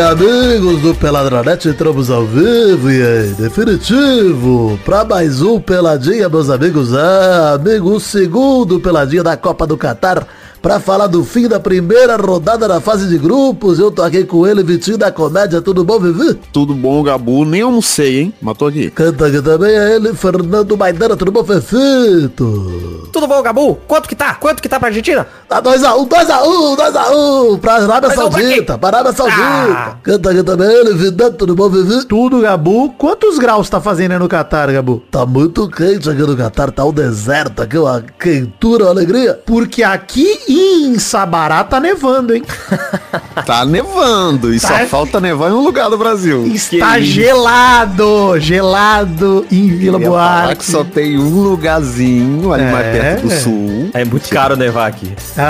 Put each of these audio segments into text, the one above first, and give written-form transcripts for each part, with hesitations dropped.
amigos do Peladronete, entramos ao vivo e em definitivo pra mais um Peladinha, meus amigos. Amigo, o segundo Peladinha da Copa do Catar, pra falar do fim da primeira rodada da fase de grupos. Eu tô aqui com ele, Vitinho da Comédia. Tudo bom, Vivi? Tudo bom, Gabu. Nem almocei, hein? Mas tô aqui. Canta aqui também é ele, Fernando Maidana. Tudo bom, Fefito? Tudo bom, Gabu? Quanto que tá? Quanto que tá pra Argentina? Tá 2x1 pra Arábia Saudita. Pra Arábia Saudita. Canta aqui também ele, Vidão. Tudo bom, Vivi? Tudo, Gabu. Quantos graus tá fazendo aí no Catar, Gabu? Tá muito quente aqui no Catar. Tá um deserto aqui, uma quentura, uma alegria. Porque aqui em Sabará tá nevando, hein? Tá nevando. E só falta nevar em um lugar do Brasil. Está gelado em Vila Buarque. Que só tem um lugarzinho ali mais perto do sul. É muito caro nevar aqui.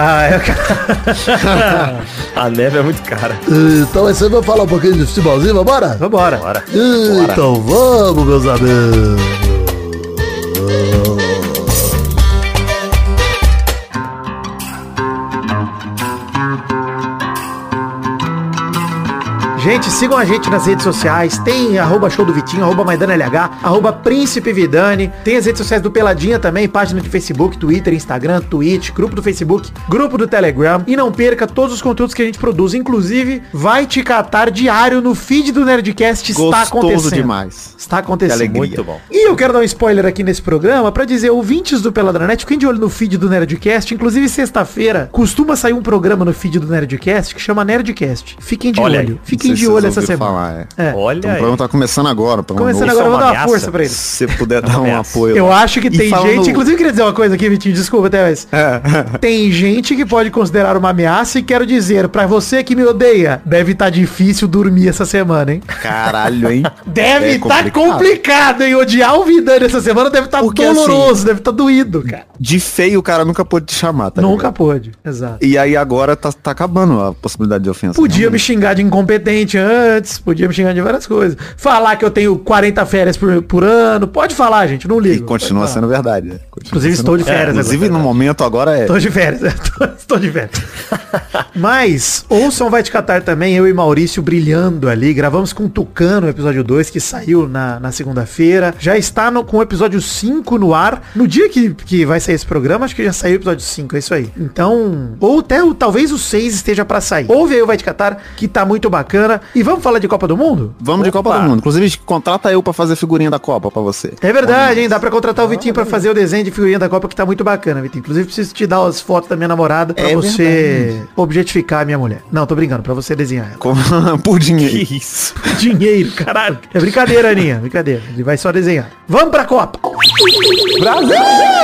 A neve é muito cara. Então aí você vai falar um pouquinho de futebolzinho, vambora? Vambora. Então vamos, meus amigos. Gente, sigam a gente nas redes sociais. Tem @show do Vitinho, @MaidanLH, @Príncipe Vidani. Tem as redes sociais do Peladinha também, página de Facebook, Twitter, Instagram, Twitch, grupo do Facebook, grupo do Telegram. E não perca todos os conteúdos que a gente produz. Inclusive, vai te catar diário no feed do Nerdcast. Está acontecendo. Demais. Está acontecendo. Muito bom. E eu quero dar um spoiler aqui nesse programa pra dizer, ouvintes do Peladranet, fiquem de olho no feed do Nerdcast. Inclusive, sexta-feira, costuma sair um programa no feed do Nerdcast que chama Nerdcast. Fiquem de olho. Fiquem de olho essa semana. Olha então, o programa tá começando agora. Começando agora, vou dar uma força pra ele. Se você puder dar um apoio. Eu acho que tem gente, inclusive queria dizer uma coisa aqui, Vitinho, desculpa até mais. Tem gente que pode considerar uma ameaça e quero dizer, pra você que me odeia, deve estar difícil dormir essa semana, hein? Caralho, hein? Deve estar complicado, hein? Odiar o Vidani essa semana deve estar doloroso, assim, deve estar doído, cara. De feio o cara nunca pôde te chamar, tá Nunca pôde, exato. E aí agora tá acabando a possibilidade de ofensa. Podia me xingar de incompetente antes, podia me xingar de várias coisas. Falar que eu tenho 40 férias por ano, pode falar, gente, não ligo. E continua sendo verdade. Né? Inclusive estou de férias. Inclusive no momento agora Estou de férias, estou de férias. Mas, ouçam Vai Te Catar também, eu e Maurício brilhando ali, gravamos com o Tucano o episódio 2, que saiu na segunda-feira, já está com o episódio 5 no ar, no dia que vai sair esse programa, acho que já saiu o episódio 5, é isso aí. Então, ou até talvez o 6 esteja pra sair. Ouve aí o Vai Te Catar, que tá muito bacana. E vamos falar de Copa do Mundo? Vamos de Copa do Mundo. Inclusive, contrata eu pra fazer figurinha da Copa pra você. É verdade, hein? Dá pra contratar o Vitinho pra fazer o desenho de figurinha da Copa, que tá muito bacana, Vitinho. Inclusive, preciso te dar as fotos da minha namorada pra você objetificar a minha mulher. Não, tô brincando, pra você desenhar ela. Por dinheiro. Que isso? Dinheiro, caralho. É brincadeira, Aninha, brincadeira. Ele vai só desenhar. Vamos pra Copa! Brasil!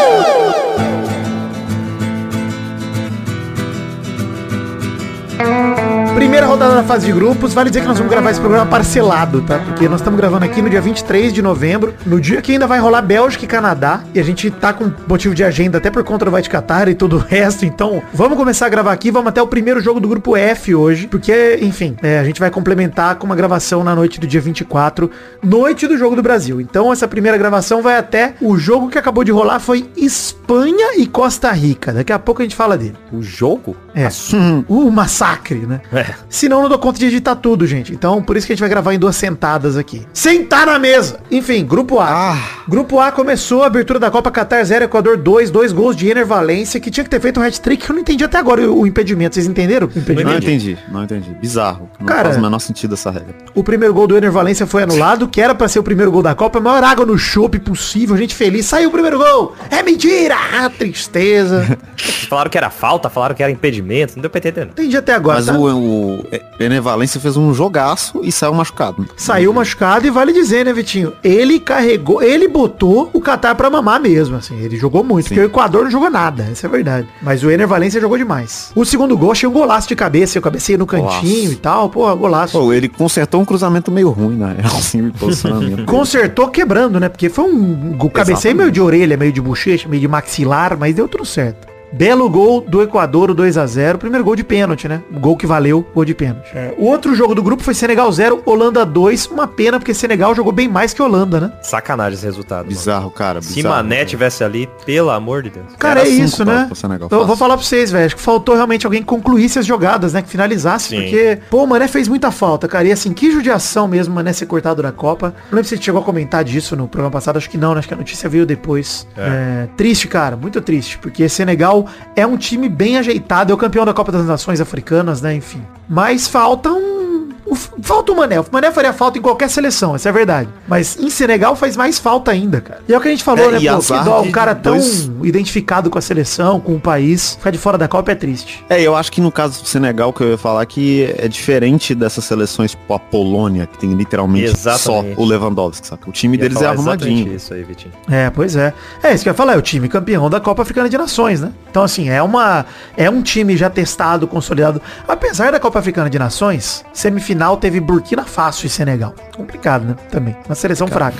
Primeira rodada da fase de grupos, vale dizer que nós vamos gravar esse programa parcelado, tá? Porque nós estamos gravando aqui no dia 23 de novembro, no dia que ainda vai rolar Bélgica e Canadá, e a gente tá com motivo de agenda até por conta do Vai Te Catar e todo o resto, então vamos começar a gravar aqui, vamos até o primeiro jogo do grupo F hoje, porque, enfim, a gente vai complementar com uma gravação na noite do dia 24, noite do Jogo do Brasil. Então essa primeira gravação vai até o jogo que acabou de rolar, foi Espanha e Costa Rica. Daqui a pouco a gente fala dele. O jogo? O massacre, né? Senão não dou conta de editar tudo, gente. Então, por isso que a gente vai gravar em 2 sentadas aqui. Sentar na mesa! Enfim, Grupo A. Grupo A começou a abertura da Copa Qatar 0, Equador 2 gols de Ener Valencia, que tinha que ter feito um hat-trick, que eu não entendi até agora o impedimento. Vocês entenderam o impedimento? Não entendi. Bizarro. Não Cara, faz o menor sentido essa regra. O primeiro gol do Ener Valencia foi anulado, que era pra ser o primeiro gol da Copa, a maior água no chope possível, gente feliz. Saiu o primeiro gol! É mentira! Tristeza. Falaram que era falta, falaram que era impedimento, não deu pra entender não. Entendi até agora. Mas o Ener Valencia fez um jogaço e saiu machucado. Saiu machucado e vale dizer, né, Vitinho? Ele botou o Qatar pra mamar mesmo, assim. Ele jogou muito, porque o Equador não jogou nada, essa é a verdade. Mas o Ener Valencia jogou demais. O segundo gol, achei um golaço de cabeça, eu cabeceei no cantinho e tal, pô, golaço. Pô, ele consertou um cruzamento meio ruim, né? Assim, posicionamento. Consertou quebrando, né? Porque foi um cabeceio meio de orelha, meio de bochecha, meio de maxilar, mas deu tudo certo. Belo gol do Equador, o 2-0. Primeiro gol de pênalti, né? O gol que valeu, gol de pênalti. O outro jogo do grupo foi Senegal 0, Holanda 2. Uma pena, porque Senegal jogou bem mais que Holanda, né? Sacanagem esse resultado. Bizarro, mano. cara. Se Mané tivesse ali, pelo amor de Deus. Cara, é isso, né? Senegal, Eu vou falar pra vocês, velho. Acho que faltou realmente alguém que concluísse as jogadas, né? Que finalizasse. Sim. Porque, pô, o Mané fez muita falta, cara. E assim, que judiação mesmo, o Mané ser cortado da Copa. Não lembro se você chegou a comentar disso no programa passado. Acho que não, né? Acho que a notícia veio depois. Triste, cara. Muito triste. Porque Senegal é um time bem ajeitado. É o campeão da Copa das Nações Africanas, né? Enfim. Mas falta falta o Mané. O Mané faria falta em qualquer seleção, essa é a verdade. Mas em Senegal faz mais falta ainda, cara. E é o que a gente falou, né? Pô, que dó, um cara tão identificado com a seleção, com o país, ficar de fora da Copa é triste. Eu acho que no caso do Senegal, que eu ia falar, que é diferente dessas seleções, tipo a Polônia, que tem literalmente só o Lewandowski, saca? O time deles é arrumadinho. Isso aí, Vitinho. Pois é. É isso que eu ia falar, é o time campeão da Copa Africana de Nações, né? Então, assim, é um time já testado, consolidado. Apesar da Copa Africana de Nações, semifinal teve Burkina Faso e Senegal. Complicado, né? Também. Uma seleção fraca.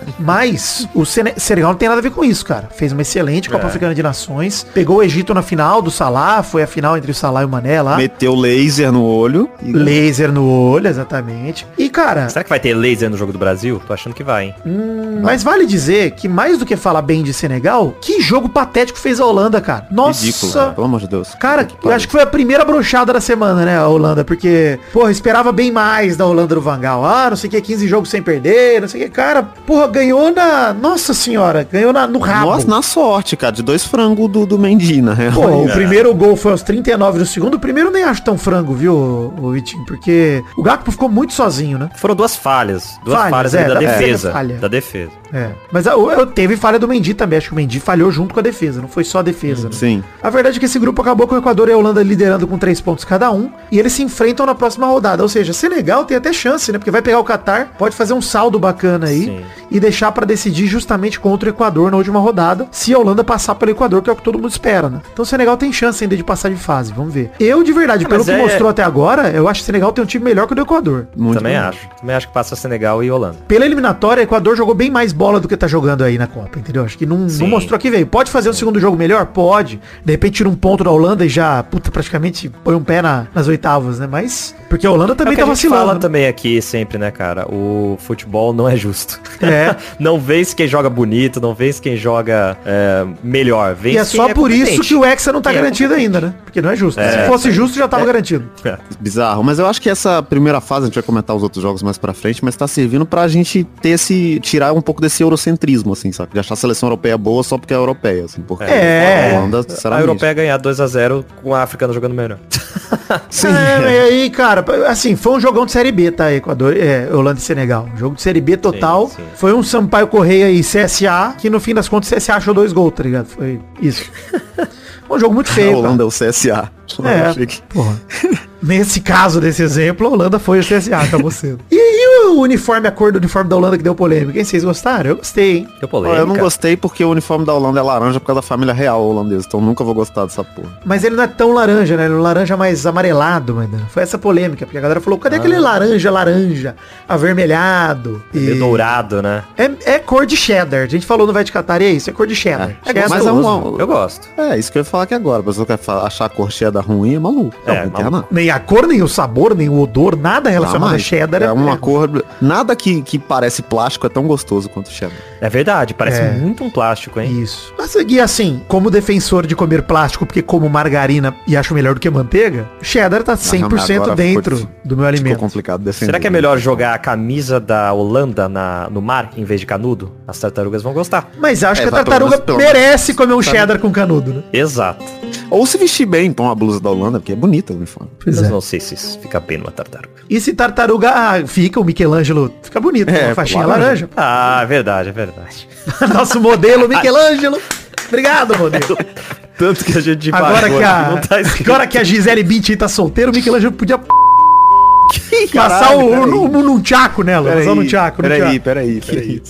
Mas o Senegal não tem nada a ver com isso, cara. Fez uma excelente Copa Africana de Nações. Pegou o Egito na final do Salah. Foi a final entre o Salah e o Mané lá. Meteu laser no olho. Laser no olho, exatamente. E, cara... Será que vai ter laser no jogo do Brasil? Tô achando que vai, hein? Mas vale dizer que mais do que falar bem de Senegal, que jogo patético fez a Holanda, cara. Nossa! Ridículo, cara. Pelo amor de Deus. Cara, eu acho que foi a primeira brochada da semana, né, a Holanda, porque, porra, esperava bem mais da Holanda do Van Gaal. Não sei o que, 15 jogos sem perder, não sei o que. Cara, porra, ganhou Nossa senhora, ganhou no rabo. Nossa, na sorte, cara, de 2 frangos do Mendy, na real. Pô, o primeiro gol foi aos 39 do segundo. O primeiro eu nem acho tão frango, viu, o Vitinho? Porque o Gakpo ficou muito sozinho, né? Foram duas falhas. Duas falhas da defesa. Da defesa. Mas teve falha do Mendy também. Acho que o Mendy falhou junto com a defesa. Não foi só a defesa, né? Sim. A verdade é que esse grupo acabou com o Equador e a Holanda liderando com 3 pontos cada um. E eles se enfrentam na próxima rodada. Ou seja, Senegal tem até chance, né? Porque vai pegar o Catar, pode fazer um saldo bacana aí. Sim. E deixar pra decidir justamente contra o Equador na última rodada. Se a Holanda passar pelo Equador, que é o que todo mundo espera, né? Então o Senegal tem chance ainda de passar de fase. Vamos ver. Eu, de verdade, pelo que mostrou até agora, eu acho que o Senegal tem um time melhor que o do Equador. Também acho que passa Senegal e Holanda. Pela eliminatória, o Equador jogou bem mais bola do que tá jogando aí na Copa, entendeu? Acho que não mostrou que veio. Pode fazer um segundo jogo melhor? Pode. De repente tira um ponto da Holanda e já, praticamente põe um pé nas oitavas, né? Mas... Porque a Holanda também tá vacilando. Fala também aqui sempre, né, cara? O futebol não é justo. É. Não vence quem joga bonito, não vence quem joga melhor. Vence e é só por isso que o Hexa não tá garantido ainda, né? Porque não é justo. Se fosse justo, já tava garantido. Bizarro. Mas eu acho que essa primeira fase, a gente vai comentar os outros jogos mais pra frente, mas tá servindo pra gente ter tirar um pouco desse eurocentrismo, assim, sabe? De achar a seleção europeia boa só porque é europeia, assim. Porque a Holanda, a europeia ganhar 2-0 com a africana jogando melhor. Sim. E aí, cara, assim, foi um jogão de Série B, tá? Equador, Holanda e Senegal. Jogo de Série B total. Sim. Foi um Sampaio Correia e CSA, que no fim das contas o CSA achou 2 gols, tá ligado? Foi isso. Um jogo muito feio. A Holanda é o CSA. Porra. Nesse caso, desse exemplo, a Holanda foi o CSA, acabou sendo. E o uniforme, a cor do uniforme da Holanda que deu polêmica? Quem vocês gostaram? Eu gostei, hein? Deu polêmica. Eu não gostei porque o uniforme da Holanda é laranja por causa da família real holandesa, então nunca vou gostar dessa porra. Mas ele não é tão laranja, né? Ele é um laranja mais amarelado, mano. Foi essa polêmica, porque a galera falou, cadê aquele laranja, avermelhado? E dourado, né? É cor de cheddar. A gente falou no Vai de Catar, e é isso, é cor de cheddar. Mas eu gosto. Isso que eu ia falar aqui agora. Mas você quer achar a cor cheddar ruim, é maluco. Nem a cor, nem o sabor, nem o odor, nada relacionado a cheddar. É uma cor... Nada que parece plástico é tão gostoso quanto cheddar. É verdade, parece muito um plástico, hein? Isso. Mas e assim, como defensor de comer plástico, porque como margarina e acho melhor do que manteiga, cheddar tá 100% dentro do meu alimento. Ficou complicado defender. Será que é melhor jogar a camisa da Holanda no mar em vez de canudo? As tartarugas vão gostar. Mas acho que a tartaruga merece comer um cheddar com canudo, né? Exato. Ou se vestir bem, põe uma blusa da Holanda, porque é bonita o uniforme. Mas não sei se isso fica bem numa tartaruga. E se tartaruga fica, o Michelangelo fica bonito, com uma faixinha laranja. É verdade. Nosso modelo, Michelangelo. Obrigado, modelo. Tanto que a gente agora que a Gisele Bündchen tá solteira, o Michelangelo podia passar num tchaco nela. Peraí.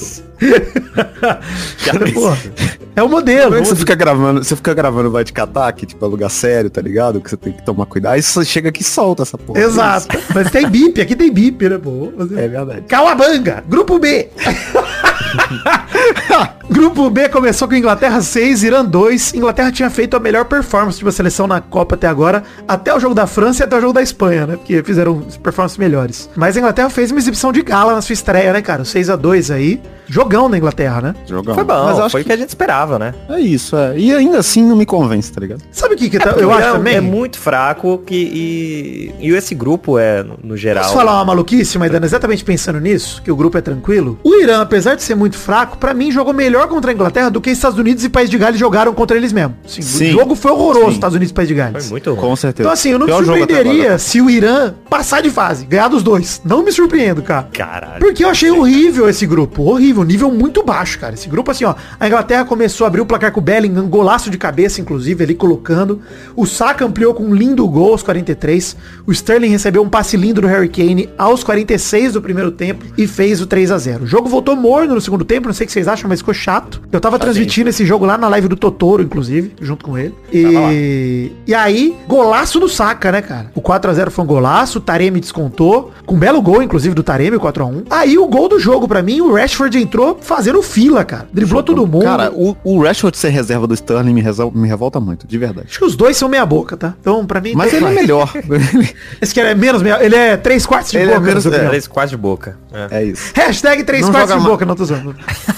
É o modelo. Você fica gravando Vai de Catar, que tipo é lugar sério, tá ligado? Que você tem que tomar cuidado. Aí você chega aqui e solta essa porra. Exato. Mas tem bip, aqui tem bip, né, pô? É verdade. Cauabanga, grupo B. Grupo B começou com Inglaterra 6, Irã 2. Inglaterra tinha feito a melhor performance de uma seleção na Copa até agora, até o jogo da França e até o jogo da Espanha, né? Porque fizeram performances melhores. Mas a Inglaterra fez uma exibição de gala na sua estreia, né, cara? 6-2 aí. Jogão na Inglaterra, né? Jogão. Foi bom, Mas foi o que a gente esperava, né? É isso, é. E ainda assim não me convence, tá ligado? Sabe o que Porque eu o acho Irã também? é muito fraco e esse grupo no geral... Posso falar uma maluquice, Maidana, exatamente pensando nisso, que o grupo é tranquilo? O Irã, apesar de ser muito fraco, pra mim jogou melhor contra a Inglaterra do que Estados Unidos e País de Gales jogaram contra eles mesmos. Assim, Sim. O jogo foi horroroso, Sim. Estados Unidos e País de Gales. Foi muito ruim. Com certeza. Então assim, eu não me Pior jogo até surpreenderia agora. se o Irã passar de fase, ganhar dos dois. Não me surpreendo, cara. Caralho. Porque eu achei horrível esse grupo. Horrível, nível muito baixo, cara. Esse grupo, assim, ó. A Inglaterra começou a abrir o placar com o Bellingham, golaço de cabeça, inclusive, ali colocando. O Saka ampliou com um lindo gol aos 43. O Sterling recebeu um passe lindo do Harry Kane aos 46 do primeiro tempo e fez o 3-0. O jogo voltou morno no segundo tempo, não sei o que vocês acham, mas ficou chato. Eu tava transmitindo esse jogo lá na live do Totoro, inclusive, junto com ele. E aí, golaço do Saka, né, cara? O 4-0 foi um golaço, o Taremi descontou, com um belo gol, inclusive, do Taremi, o 4-1. Aí, o gol do jogo, pra mim, o Rashford entrou fazendo fila, cara. Driblou todo mundo. Cara, o Rashford ser reserva do Sterling me revolta muito, de verdade. Acho que os dois são meia boca, tá? Então, pra mim... Mas tanto ele é faz. melhor. Esse cara é menos meia... Ele é 3/4 de Ele é boca, menos- na sua opinião. 3 quartos de boca. É isso. Hashtag 3/4 Não joga de ma- boca, não tô usando.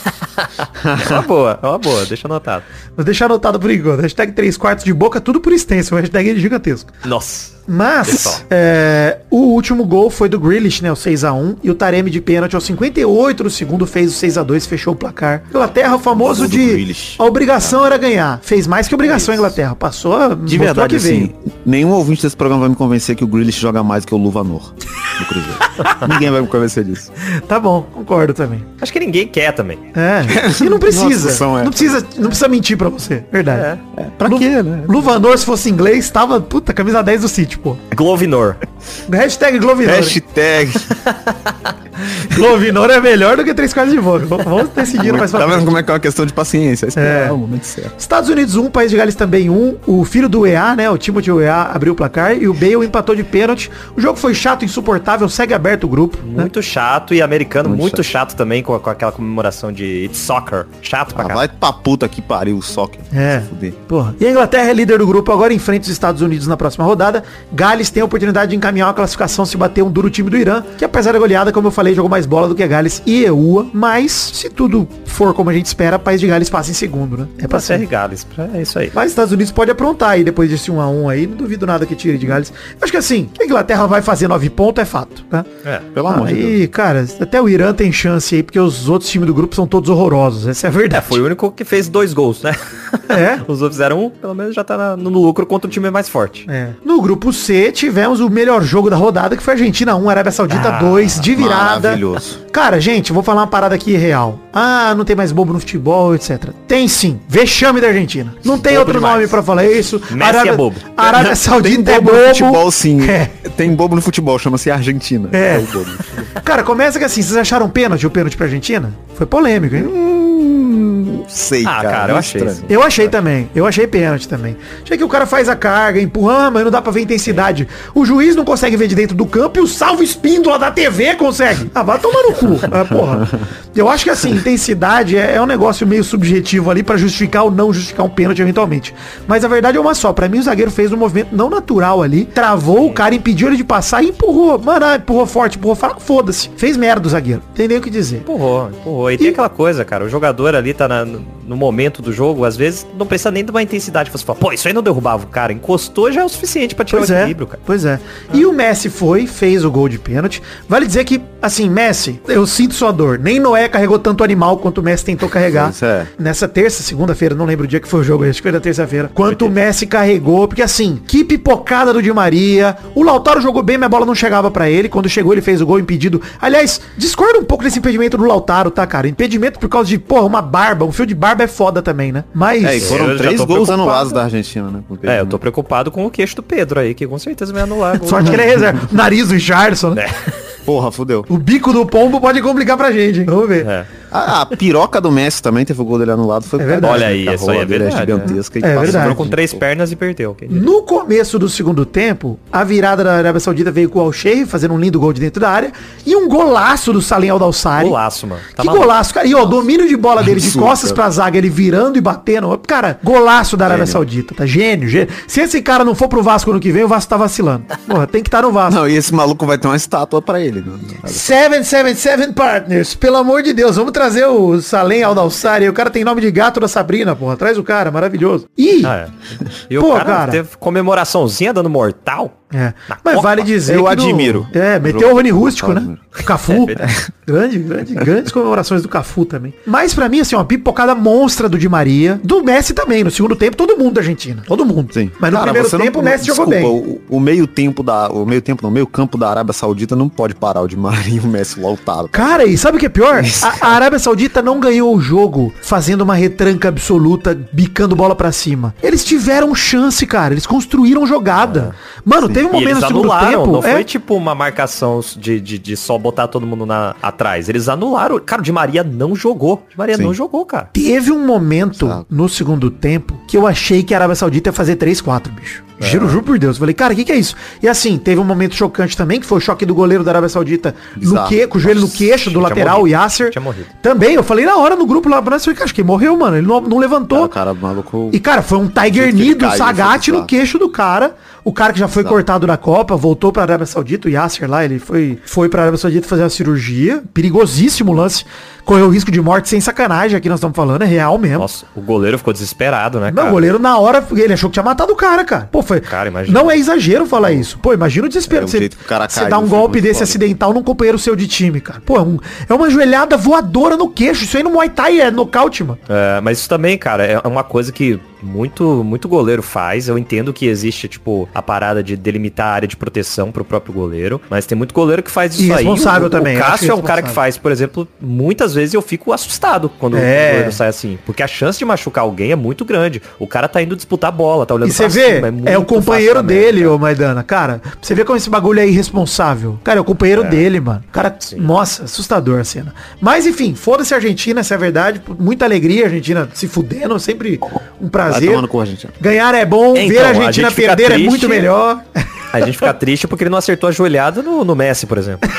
É uma boa, deixa anotado. Vou deixar anotado por enquanto. Hashtag 3/4 de boca, tudo por extenso. O hashtag é gigantesco. Nossa. Mas, Pessoal. o último gol foi do Grealish, né? O 6-1. E o Taremi de pênalti aos 58 do segundo fez o 6-2, fechou o placar. Inglaterra, o famoso Do de... Grealish. A obrigação era ganhar. Fez mais que obrigação a Inglaterra. Passou, De mostrou verdade, que veio. assim, nenhum ouvinte desse programa vai me convencer que o Grealish joga mais que o Luvanor do Cruzeiro. Ninguém vai me convencer disso. Tá bom, concordo também. Acho que ninguém quer também. É. E não precisa. Nossa, são não precisa mentir pra você. Verdade. Pra quê, né? Luvanor, se fosse inglês, tava, puta, camisa 10 do City, pô. Glovinor. Hashtag Glovinor. Hashtag. Glovinor é melhor do que 3/4 de boca. Vamos decidir mais pra Tá vendo frente. como é que é uma questão de paciência? Esperar o momento certo. Estados Unidos 1, País de Gales também 1. O filho do EA, né? O Timothy EA abriu o placar e o Bale empatou de pênalti. O jogo foi chato, insuportável, segue aberto o grupo. Né? Muito chato e americano Muito muito chato também com aquela comemoração de It's Soccer. Chato pra Ah, caralho. vai pra puta que pariu o soccer. É. Se fuder. Porra. E a Inglaterra é líder do grupo, agora enfrenta os Estados Unidos na próxima rodada. Gales tem a oportunidade de encaminhar uma classificação se bater um duro time do Irã, que apesar da goleada, como eu falei, jogou mais bola do que Gales e EUA, mas se tudo for como a gente espera, País de Gales passa em segundo, né? É pra Pra ser ser. Gales. É isso aí. Mas os Estados Unidos pode aprontar aí depois desse 1-1 aí, não duvido nada que tire de Gales. Eu acho que assim, que a Inglaterra vai fazer 9 pontos é fato, tá? É. Pelo amor de Deus. Aí, cara, até o Irã tem chance aí, porque os outros times do grupo são todos horrorosos, essa é a verdade. Foi o único que fez 2 gols, né? É. Os outros fizeram um, pelo menos já tá no lucro contra o time mais forte. É. No grupo C, tivemos o melhor jogo da rodada, que foi Argentina 1, Arábia Saudita 2, de virada. Maravilhoso. Cara, gente, eu vou falar uma parada aqui real. Ah, não tem mais bobo no futebol, etc. Tem sim. Vexame da Argentina. Não tem Bobo outro demais. nome pra falar isso. Messi é bobo. Arábia Saudita Tem é bobo bobo. no futebol, sim. É. Tem bobo no futebol, chama-se Argentina. É. o bobo. Cara, começa que assim, vocês acharam pênalti o pênalti pra Argentina? Foi polêmico, hein? Sei, Ah, cara, eu muito achei estranho. sim. Eu achei também. Eu achei pênalti também. Achei que o cara faz a carga, empurra, mas não dá pra ver intensidade. O juiz não consegue ver de dentro do campo e o Salvo Espíndola da TV consegue. Ah, vai tomar no cu. Ah, porra. Eu acho que assim, intensidade é um negócio meio subjetivo ali pra justificar ou não justificar um pênalti eventualmente. Mas a verdade é uma só. Pra mim o zagueiro fez um movimento não natural ali, travou o cara, impediu ele de passar e empurrou. Mano, empurrou forte, empurrou fraco, foda-se. Fez merda o zagueiro. Tem nem o que dizer. Empurrou. E tem aquela coisa, cara, o jogador ali tá no momento do jogo, às vezes não precisa nem de uma intensidade. Você fala, pô, isso aí não derrubava o cara. Encostou já é o suficiente pra tirar Pois o é, equilíbrio, cara. pois é. E o Messi fez o gol de pênalti. Vale dizer que, assim, Messi, eu sinto sua dor. Nem Noé carregou tanto animal quanto o Messi tentou carregar. Isso é. Nessa segunda-feira, não lembro o dia que foi o jogo, acho que foi da terça-feira. Quanto o Messi carregou, porque assim, que pipocada do Di Maria. O Lautaro jogou bem, mas a bola não chegava pra ele. Quando chegou, ele fez o gol impedido. Aliás, discorda um pouco desse impedimento do Lautaro, tá, cara? Impedimento por causa de, porra, uma barba. Um fio de barba é foda também, né? Mas... É, e foram Eu já 3 tô gols preocupado. anulados da Argentina, né? Eu tô preocupado com o queixo do Pedro aí, que com certeza vai anular. gol. Sorte que ele é reserva. Nariz do Richardson, né? Porra, fudeu. O bico do pombo pode complicar pra gente, hein? Vamos ver. É. A piroca do Messi também teve o gol dele anulado. Foi verdade. Olha aí, a isso aí é rola dele verdade, gigantesca. É e passa verdade. Entrou com 3 pernas e perdeu. No começo do segundo tempo, a virada da Arábia Saudita veio com o Al-Sheikh, fazendo um lindo gol de dentro da área, e um golaço do Salim Al-Dawsari. Golaço, mano. Tá Que maluco. golaço, cara. E ó, o domínio de bola dele de Absurdo, costas cara. pra zaga, ele virando e batendo. Cara, golaço da Arábia Saudita, tá? Gênio. Se esse cara não for pro Vasco ano que vem, o Vasco tá vacilando. Porra, tem que estar no Vasco. Não, e esse maluco vai ter uma estátua pra ele. Né? 777 Partners, pelo amor de Deus, vamos trazer o Salim Al-Dawsari. O cara tem nome de gato da Sabrina, porra. Traz o cara, maravilhoso. E, E o Pô, cara, cara. teve comemoraçãozinha dando mortal. mas Copa. vale dizer Eu que admiro. meteu o Rony Rústico, né? Admiro. O Cafu. Grandes comemorações do Cafu também. Mas pra mim, assim, uma pipocada monstra do Di Maria. Do Messi também. No segundo tempo, todo mundo da Argentina. Todo mundo. Sim. Mas no Cara, primeiro você não- tempo, o Messi jogou bem. O meio campo da Arábia Saudita não pode parar o Di Maria e o Messi lotado. Cara, e sabe o que é pior? A Arábia Saudita não ganhou o jogo fazendo uma retranca absoluta, bicando bola pra cima. Eles tiveram chance, cara. Eles construíram jogada. Mano, teve um E momento eles no segundo anularam, tempo. não foi tipo uma marcação de só botar todo mundo atrás. Eles anularam. Cara, o Di Maria não jogou. O Di Maria Sim. não jogou, cara. Teve um momento Exato. no segundo tempo que eu achei que a Arábia Saudita ia fazer 3-4, bicho. Juro por Deus. Eu falei, cara, o que é isso? E assim, teve um momento chocante também, que foi o choque do goleiro da Arábia Saudita Bizarro. com o joelho no queixo do Tinha lateral, o morrido. Yasser. Tinha morrido. Também, eu falei na hora no grupo lá, mas eu falei, cara, acho que ele morreu, mano. Ele não levantou. O cara maluco. E, cara, foi um Tiger jeito que Knee ele do caiu, Sagat foi no bizarro. queixo do cara. O cara que já foi cortado da Copa, voltou pra Arábia Saudita, o Yasser lá, ele foi pra Arábia Saudita fazer uma cirurgia. Perigosíssimo o lance. Correu risco de morte sem sacanagem, aqui nós estamos falando, é real mesmo. Nossa, o goleiro ficou desesperado, né, Não, cara? o goleiro na hora, ele achou que tinha matado o cara, cara. Pô, foi. Cara, imagina. Não é exagero falar isso. Pô, imagina o desespero. É, o Você jeito que o cara você cai dá um no golpe filme, desse foda. acidental num companheiro seu de time, cara. Pô, é uma joelhada voadora no queixo. Isso aí no Muay Thai é nocaute, mano. É, mas isso também, cara, é uma coisa que muito goleiro faz. Eu entendo que existe, tipo, a parada de delimitar a área de proteção pro próprio goleiro, mas tem muito goleiro que faz isso aí. Irresponsável também, O acho Cássio é um cara que irresponsável. faz, por exemplo, muitas vezes eu fico assustado quando o goleiro sai assim, porque a chance de machucar alguém é muito grande. O cara tá indo disputar a bola, tá olhando E você pra vê, cima, é o muito companheiro fácil da dele, merda, ô Maidana. Cara, pra você vê como esse bagulho é irresponsável. Cara, é o companheiro dele, mano. Cara, nossa, assustador a cena. Mas enfim, foda-se a Argentina, essa é a verdade. Muita alegria, a Argentina se fudendo, sempre um Vai prazer. tomando com a gente. Ganhar é bom, Então, ver a a Argentina gente fica perder é triste. muito melhor. A gente fica triste porque ele não acertou a joelhada no Messi, por exemplo.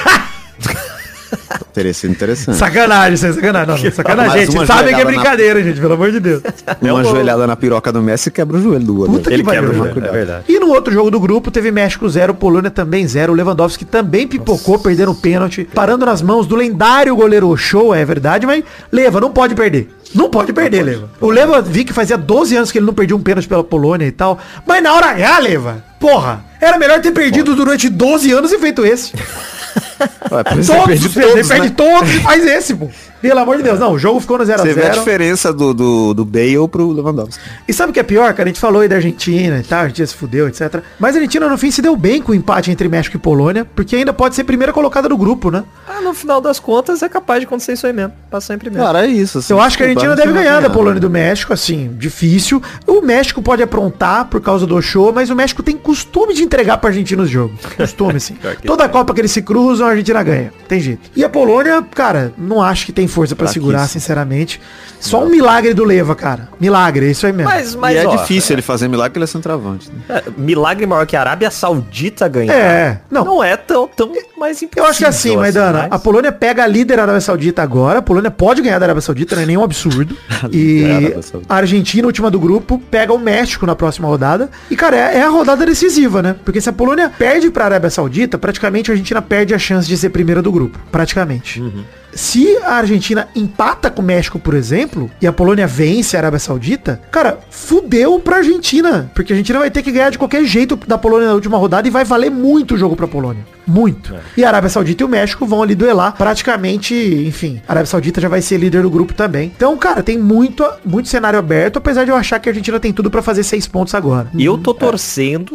Teria sido interessante. Sacanagem, isso é sacanagem. Não, sacanagem, Mais gente. uma Sabe que é joelhada brincadeira, gente, pelo amor de Deus. Uma joelhada na piroca do Messi quebra o joelho do goleiro. Puta que Ele pariu, quebra o né? joelho, é verdade. E no outro jogo do grupo teve México 0, Polônia também 0. O Lewandowski também pipocou, perdendo o pênalti, parando nas mãos do lendário goleiro Ochoa, é verdade, mas Leva, não pode perder. Não pode perder, Leva. O Leva, vi que fazia 12 anos que ele não perdia um pênalti pela Polônia e tal. Mas na hora H, Leva, porra, era melhor ter perdido durante 12 anos e feito esse. Ué, por isso Todos, você perde ele todos, perde né? todos e faz esse, pô. Pelo amor de Deus. Não, o jogo ficou no 0 a Você vê a 0. diferença do Bale pro Lewandowski. E sabe o que é pior, cara? A gente falou aí da Argentina e tal, a Argentina se fudeu, etc. Mas a Argentina, no fim, se deu bem com o empate entre México e Polônia, porque ainda pode ser primeira colocada do grupo, né? Ah, no final das contas é capaz de acontecer isso aí mesmo. Passar em primeiro. Cara, é isso. Assim, Eu acho que a Argentina desculpa, deve ganhar da né? Polônia e do México, assim, difícil. O México pode aprontar por causa do show, mas o México tem costume de entregar pra Argentina os jogos. Costume, assim. Toda a Copa que eles se cruzam, a Argentina ganha. Tem jeito. E a Polônia, cara, não acho que tem força pra segurar, sinceramente. Só um milagre do Leva, cara. Milagre, é isso aí mesmo. Mas E é ó, difícil ele fazer milagre, porque ele é centroavante. Né? milagre maior que a Arábia Saudita ganhar. É, não. é tão mais impossível. Eu acho que assim, Maidana, mas- a Polônia pega a líder da Arábia Saudita agora, a Polônia pode ganhar da Arábia Saudita, não é nenhum absurdo. líder da E Arábia Saudita. a Argentina, última do grupo, pega o México na próxima rodada. E, cara, é a rodada decisiva, né? Porque se a Polônia perde pra Arábia Saudita, praticamente a Argentina perde a chance de ser primeira do grupo. Praticamente. Se a Argentina empata com o México, por exemplo, e a Polônia vence a Arábia Saudita, cara, fudeu pra Argentina. Porque a Argentina vai ter que ganhar de qualquer jeito da Polônia na última rodada e vai valer muito o jogo pra Polônia. Muito. E a Arábia Saudita e o México vão ali duelar. Praticamente, enfim, a Arábia Saudita já vai ser líder do grupo também. Então, cara, tem muito cenário aberto, apesar de eu achar que a Argentina tem tudo pra fazer 6 pontos agora. E eu tô torcendo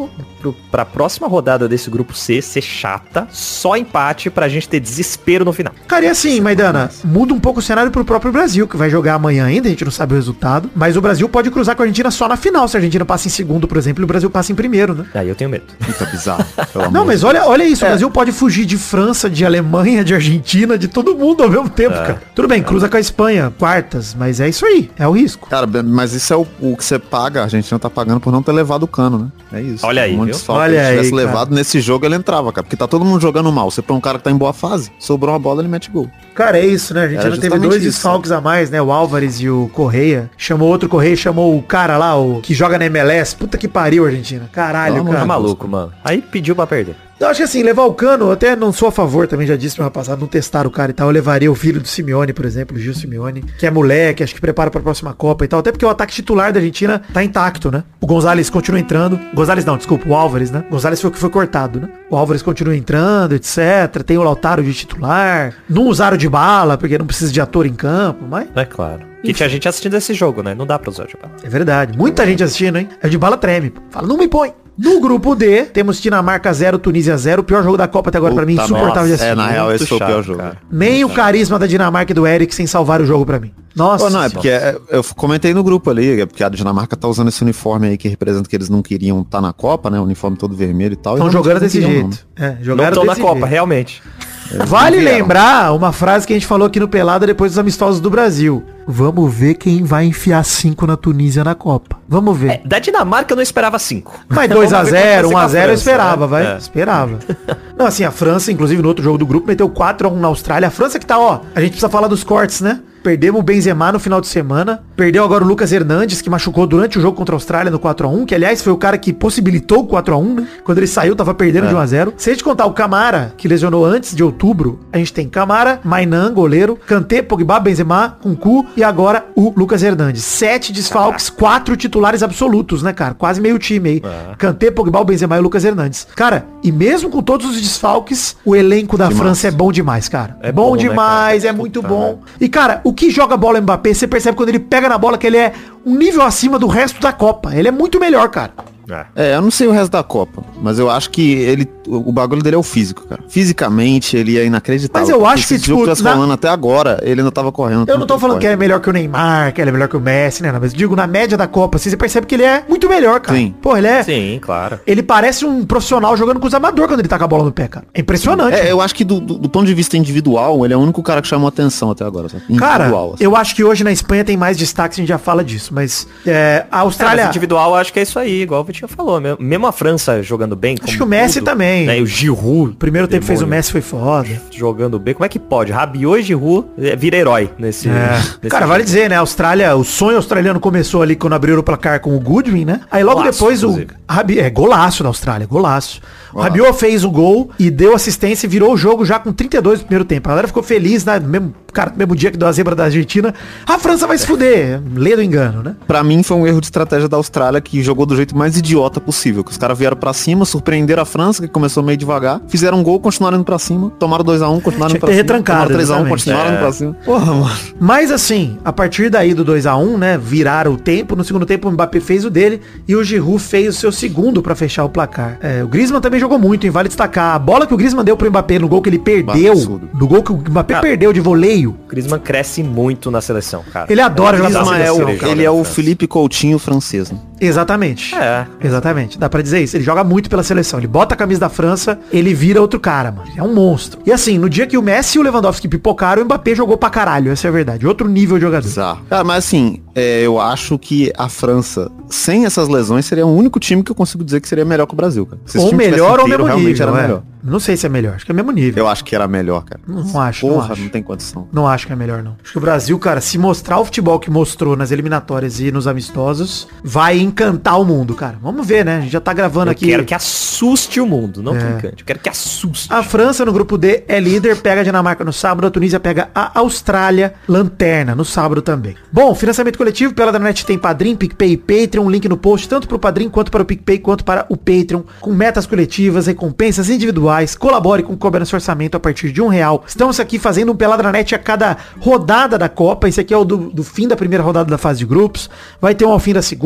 pra próxima rodada desse grupo C ser chata, só empate pra gente ter desespero no final. Cara, e assim, Maidana, muda um pouco o cenário pro próprio Brasil, que vai jogar amanhã ainda, a gente não sabe o resultado, mas o Brasil pode cruzar com a Argentina só na final, se a Argentina passa em segundo, por exemplo, e o Brasil passa em primeiro, né? Aí eu tenho medo. Puta, bizarro. Não, mas olha isso, o Brasil pode fugir de França, de Alemanha, de Argentina, de todo mundo ao mesmo tempo, cara. Tudo bem, cruza com a Espanha, quartas, mas é isso aí, é o risco. Cara, mas isso é o que você paga, a Argentina tá pagando por não ter levado o Cano, né? É isso. Olha aí, viu? Olha se aí, tivesse cara. levado nesse jogo, ele entrava, cara. Porque tá todo mundo jogando mal. Você põe um cara que tá em boa fase, sobrou uma bola, ele mete gol. Cara, é isso, né? A Argentina teve justamente 2 isso. desfalques a mais, né? O Álvares e o Correia. Chamou outro Correia, chamou o cara lá, o que joga na MLS. Puta que pariu, Argentina. Caralho, Não, cara. Tá maluco, mano. Aí pediu pra perder. Eu acho que assim, levar o Cano, eu até não sou a favor, também já disse pro rapaziada, não testar o cara e tal. Eu levaria o filho do Simeone, por exemplo, o Gil Simeone, que é moleque, acho que prepara pra próxima Copa e tal. Até porque o ataque titular da Argentina tá intacto, né? O Gonzalez continua entrando. Gonzalez não, desculpa, o Álvares, né? O Gonzalez foi o que foi cortado, né? O Álvares continua entrando, etc. Tem o Lautaro de titular. Não usaram de bala, porque não precisa de ator em campo, mas... É claro. Que tinha gente assistindo esse jogo, né? Não dá pra usar de bala. É verdade. Muita gente assistindo, hein? É de bala treme. Pô. Fala, não me põe. No grupo D, temos Dinamarca 0, Tunísia 0. O pior jogo da Copa até agora pra mim, Puta, insuportável de nossa. assistir. Na real, esse foi o chato, pior jogo. cara. Nem o carisma da Dinamarca e do Eriksen salvaram o jogo pra mim. Nossa. Não, é porque eu comentei no grupo ali, é porque a Dinamarca tá usando esse uniforme aí que representa que eles não queriam estar na Copa, né? O uniforme todo vermelho e tal. Estão e jogando realmente desse não queriam, jeito. É, Não jogaram estão na desse Copa, jeito. realmente. Vale vieram. lembrar uma frase que a gente falou aqui no Pelada depois dos amistosos do Brasil. Vamos ver quem vai enfiar 5 na Tunísia na Copa. Vamos ver. Da Dinamarca eu não esperava 5. Mas Vamos ver 2x0, como vai ser com a 1x0 eu França, esperava, né? vai. É. Esperava. Não, assim, a França, inclusive no outro jogo do grupo, meteu 4x1 na Austrália. A França que tá, ó, a gente precisa falar dos cortes, né? Perdemos o Benzema no final de semana. Perdeu agora o Lucas Hernandes, que machucou durante o jogo contra a Austrália no 4x1, que aliás foi o cara que possibilitou o 4x1, né? Quando ele saiu, tava perdendo de 1x0. Se a gente contar o Camara, que lesionou antes de outubro, a gente tem Camara, Mainan, goleiro, Kanté, Pogba, Benzema, Kunku e agora o Lucas Hernandes. 7 desfalques, 4 titulares absolutos, né, cara? Quase meio time aí. Kanté, Pogba, Benzema e o Lucas Hernandes. Cara, e mesmo com todos os desfalques, o elenco da França é bom demais, cara. É bom bom, né, demais, cara? é muito Puta, bom. E, cara, o que joga bola Mbappé, você percebe quando ele pega na bola que ele é um nível acima do resto da Copa. Ele é muito melhor, cara. eu não sei o resto da Copa, mas eu acho que o bagulho dele é o físico, cara. Fisicamente, ele é inacreditável. Mas eu acho Se que, esse jogo tipo, tivesse rolando até agora, ele ainda tava correndo. Eu não tô falando que é melhor que o Neymar, que ele é melhor que o Messi, né? Mas digo, na média da Copa, assim, você percebe que ele é muito melhor, cara. Sim. Pô, ele é... Sim, claro. Ele parece um profissional jogando com os amadores quando ele tá com a bola no pé, cara. É impressionante. eu acho que do ponto de vista individual, ele é o único cara que chamou atenção até agora. Sabe? Cara, Individual, assim. eu acho que hoje na Espanha tem mais destaques, a gente já fala disso, mas a Austrália... Mas individual, eu acho que é isso aí, igual o Vitinho falou. Mesmo a França jogando bem. Acho que o Messi também. Né? E o Giroud. O primeiro tempo fez o demônio, Messi, foi foda. jogando bem. Como é que pode? Rabiot e Giroud vira herói nesse... nesse Cara, jogo. vale dizer, né? A Austrália, o sonho australiano começou ali quando abriram o placar com o Goodwin, né? Aí logo Golaço, depois inclusive. golaço da Austrália, golaço. O Rabiot fez o gol e deu assistência e virou o jogo já com 32 no primeiro tempo. A galera ficou feliz, né? No mesmo dia que deu a zebra da Argentina. A França vai se fuder. Lê do engano, né? Pra mim foi um erro de estratégia da Austrália, que jogou do jeito mais idiota possível. Que os caras vieram pra cima, surpreenderam a França, que começou meio devagar, fizeram um gol, continuaram indo pra cima, tomaram 2x1, continuaram Tinha indo pra que ter cima, retrancado, tomaram 3x1, exatamente. continuaram indo pra cima. Porra, mano. Mas assim, a partir daí do 2x1, né? Viraram o tempo. No segundo tempo o Mbappé fez o dele e o Giroud fez o seu segundo pra fechar o placar. O Griezmann também jogou muito, hein? Vale destacar. A bola que o Griezmann deu pro Mbappé no gol que ele perdeu, Absurdo. no gol que o Mbappé perdeu de voleio. O Griezmann cresce muito na seleção, cara. Ele adora jogar Griezmann na seleção, cara. ele é o Felipe Coutinho francês, né? Exatamente. É. Exatamente. Dá pra dizer isso. Ele joga muito pela seleção. Ele bota a camisa da França, ele vira outro cara, mano. É um monstro. E assim, no dia que o Messi e o Lewandowski pipocaram, o Mbappé jogou pra caralho. Essa é a verdade. Outro nível de jogador. Bizarro. Cara, mas assim, eu acho que a França, sem essas lesões, seria o único time que eu consigo dizer que seria melhor que o Brasil, cara. Se esse Ou time tivesse melhor ou inteiro, mesmo realmente nível. era melhor. Não sei se é melhor. Acho que é mesmo nível. Eu acho que era melhor, cara. Não acho, Porra, não acho. não tem condição. Não acho que é melhor, não. Acho que o Brasil, cara, se mostrar o futebol que mostrou nas eliminatórias e nos amistosos, vai encantar o mundo, cara. Vamos ver, né? A gente já tá gravando Eu aqui. quero que assuste o mundo, não que encante. Eu quero que assuste. A França, no grupo D, é líder, pega a Dinamarca no sábado, a Tunísia pega a Austrália, lanterna, no sábado também. Bom, financiamento coletivo, pela da net tem Padrim, PicPay e Patreon, link no post, tanto pro Padrim, quanto para o PicPay, quanto para o Patreon, com metas coletivas, recompensas individuais, colabore com o Cobre Nosso Orçamento a partir de R$1. Estamos aqui fazendo um Pelada na Net a cada rodada da Copa, esse aqui é o do fim da primeira rodada da fase de grupos, vai ter um ao fim da segunda, ao fim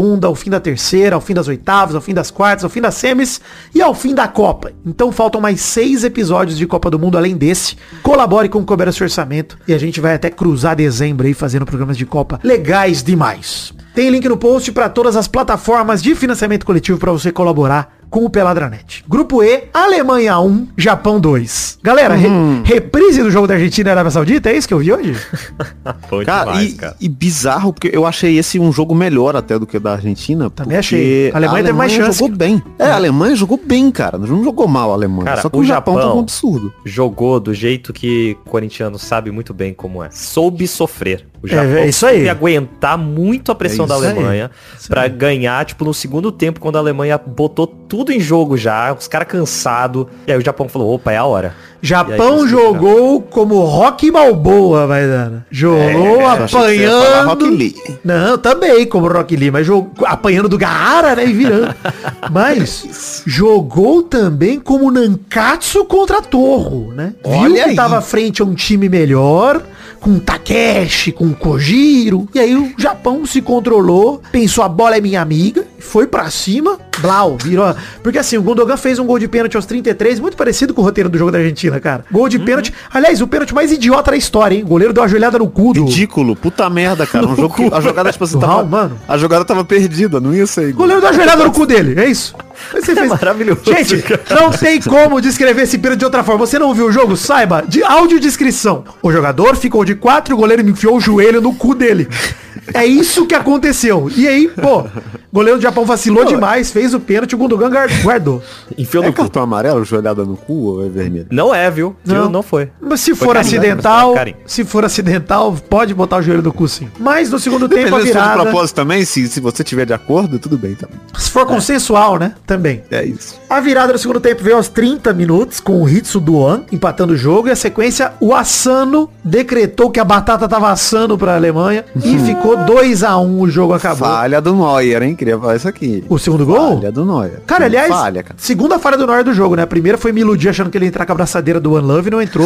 fim da terceira, ao fim das oitavas, ao fim das quartas, ao fim das semis e ao fim da Copa. Então faltam mais 6 episódios de Copa do Mundo além desse. Colabore com o Couber Seu Orçamento e a gente vai até cruzar dezembro aí fazendo programas de Copa legais demais. Tem link no post para todas as plataformas de financiamento coletivo para você colaborar com o Peladranet. Grupo E, Alemanha 1, Japão 2. Galera, reprise do jogo da Argentina e Arábia Saudita, é isso que eu vi hoje? Foi Cara, demais, cara. e bizarro, porque eu achei esse um jogo melhor até do que o da Argentina. Também achei. A Alemanha teve mais chance. Jogou bem. A Alemanha jogou bem, cara. Não jogou mal a Alemanha. Cara, só que o o Japão Japão tá um absurdo. Jogou do jeito que o corintiano sabe muito bem como é. Soube sofrer. O Japão É isso aí. soube aguentar muito a pressão da isso aí. Alemanha pra ganhar, tipo, no segundo tempo, quando a Alemanha botou tudo em jogo já, os caras cansados. E aí o Japão falou, opa, é a hora. Japão jogou como Rocky Balboa, vai dando. Jogou apanhando. Rock Lee. Não, também como Rock Lee, mas jogou apanhando do Gaara, né, e virando. Mas jogou também como Nankatsu contra Torro, né? Olha Viu que aí. tava frente a um time melhor, com Takeshi, com Kojiro. E aí o Japão se controlou, pensou a bola é minha amiga, foi pra cima, blau, virou. Porque assim, o Gundogan fez um gol de pênalti aos 33, muito parecido com o roteiro do jogo da Argentina, cara. Gol de pênalti. Aliás, o pênalti mais idiota da história, hein? O goleiro deu uma joelhada no cu do... Ridículo, puta merda, cara. Um jogo que a jogada, tipo assim, Do Raul, mano. a jogada tava perdida, não ia sair. O goleiro deu uma joelhada no cu dele, é isso. Aí você fez... maravilhoso, Gente, não tem como descrever esse pênalti de outra forma. Você não viu o jogo? Saiba, de audiodescrição. O jogador ficou de 4 e o goleiro enfiou o joelho no cu dele. É isso que aconteceu. E aí, pô, o goleiro do Japão vacilou demais, fez o pênalti, o Gundogan guardou. Enfiou É no cu. cartão amarelo, joelhada no cu ou é vermelho? Não é, viu? Não. Não foi. Mas se Foi for carinho, acidental, né? Carinho. se for acidental, pode botar o joelho no cu sim. Mas no segundo tempo a Dependendo se for de virada, propósito também, se você tiver de acordo, tudo bem também. se for consensual, né, também. É isso. A virada no segundo tempo veio aos 30 minutos com o Hitsu Duan empatando o jogo e a sequência o Asano decretou que a batata tava assando pra Alemanha e ficou 2-1, o jogo acabou. Falha do Neuer, hein? Queria falar isso aqui. O segundo gol? Falha do Neuer. Cara, aliás, Falha, cara. segunda falha do Neuer do jogo, né? A primeira foi me iludir achando que ele ia entrar com a abraçadeira do One Love e não entrou.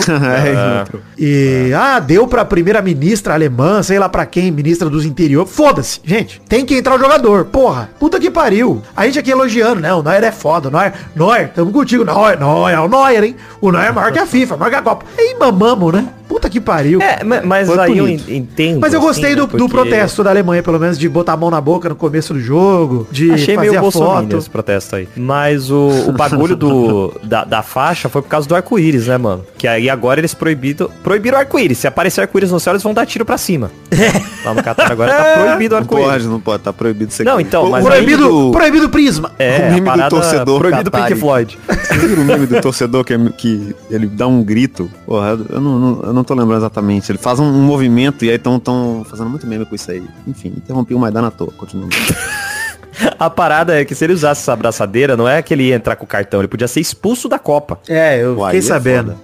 E, deu pra primeira-ministra alemã, sei lá pra quem, ministra dos interior. Foda-se, gente. Tem que entrar o jogador. Porra, puta que pariu. A gente aqui elogiando, né? O Neuer é foda. Neuer, tamo contigo. Neuer, é o Neuer, hein? O Neuer é maior que a FIFA, maior que a Copa. Aí mamamos, né? Puta que pariu. Mas Foi aí bonito. eu entendo. Mas eu gostei assim, do, né, do porque protesto da Alemanha, pelo menos, de botar a mão na boca no começo do jogo, de Achei fazer meio a bolsominion foto. esse protesto aí. Mas o bagulho da faixa foi por causa do arco-íris, né, mano? Que aí agora eles proibiram o arco-íris. Se aparecer arco-íris no céu, eles vão dar tiro pra cima. Lá no Catar agora tá proibido o arco-íris. Não pode, tá proibido ser. Não, então, mas Proibido prisma. É, o meme a do parada torcedor proibido Qatari. Pink Floyd. Vocês viram o meme do torcedor que ele dá um grito? Porra, eu não tô lembrando exatamente. Ele faz um movimento e aí tão fazendo muito meme com isso aí. Enfim, interrompi o Maidana à toa. Continuando. A parada é que se ele usasse essa abraçadeira, não é que ele ia entrar com o cartão, ele podia ser expulso da Copa. Eu Uai, fiquei é sabendo.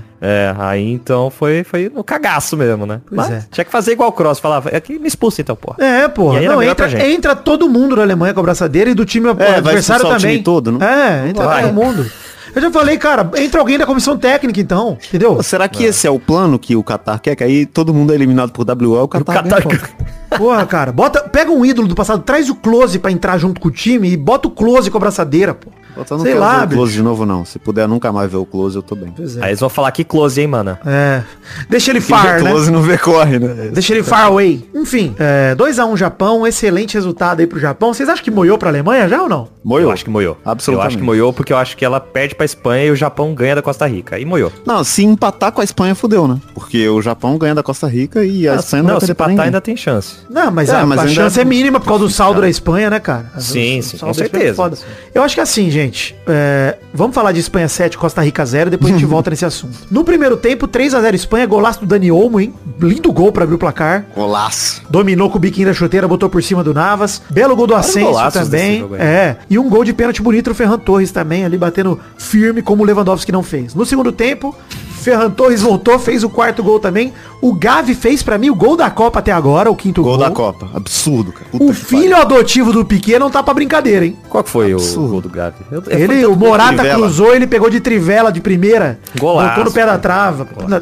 Aí então foi no cagaço mesmo, né? Pois Mas é. tinha que fazer igual o Cross, falava, é que me expulsa então, porra. Porra. E aí era Não, melhor pra gente. entra todo mundo na Alemanha com a abraçadeira e do time vai adversário expulsar o também. time todo, né? Entra Vai. todo mundo. Eu já falei, cara, entra alguém da comissão técnica então, entendeu? Será que esse é o plano que o Qatar quer? Que aí todo mundo é eliminado por WO, o Qatar ganha a Copa. Porra, cara, pega um ídolo do passado, traz o Close pra entrar junto com o time e bota o Close com a abraçadeira, pô. Eu não Sei quero lá, ver o Close bicho. de novo, não. Se puder nunca mais ver o Close, eu tô bem. Pois Aí eles vão falar que close, hein, mano? Deixa ele Quem far, vê né? Close não vê corre, né? Deixa ele far away. Enfim, 2-1 Japão, excelente resultado aí pro Japão. Vocês acham que moiou pra Alemanha já ou não? Moiou. Eu acho que moiou. Absolutamente. Eu acho que moiou porque eu acho que ela perde pra Espanha e o Japão ganha da Costa Rica. Aí moiou. Não, se empatar com a Espanha, fudeu, né? Porque o Japão ganha da Costa Rica e a Espanha não vai se perder pra empatar ninguém. ainda tem chance. Não, mas É, a mas ainda chance é mínima por causa do saldo da Espanha, né, cara? Sim, O sim, saldo com da Espanha é certeza. foda. Eu acho que assim, gente, vamos falar de Espanha 7, Costa Rica 0, depois a gente volta nesse assunto. No primeiro tempo, 3-0 Espanha, golaço do Dani Olmo, hein? Lindo gol pra abrir o placar. Golaço. Dominou com o biquinho da chuteira, botou por cima do Navas. Belo gol do Asensio golaços desse também. jogo aí. E um gol de pênalti bonito do Ferran Torres também, ali batendo firme, como o Lewandowski não fez. No segundo tempo, Ferran Torres voltou, fez o quarto gol também. O Gavi fez pra mim o gol da Copa até agora, o quinto gol. Gol da Copa. Absurdo, cara. Puta O que filho adotivo do Piquet não tá pra brincadeira, hein? Qual que foi Absurdo. o gol do Gavi? O Morata trivela. cruzou, ele pegou de trivela de primeira. Golaço, Botou no pé da cara. trava.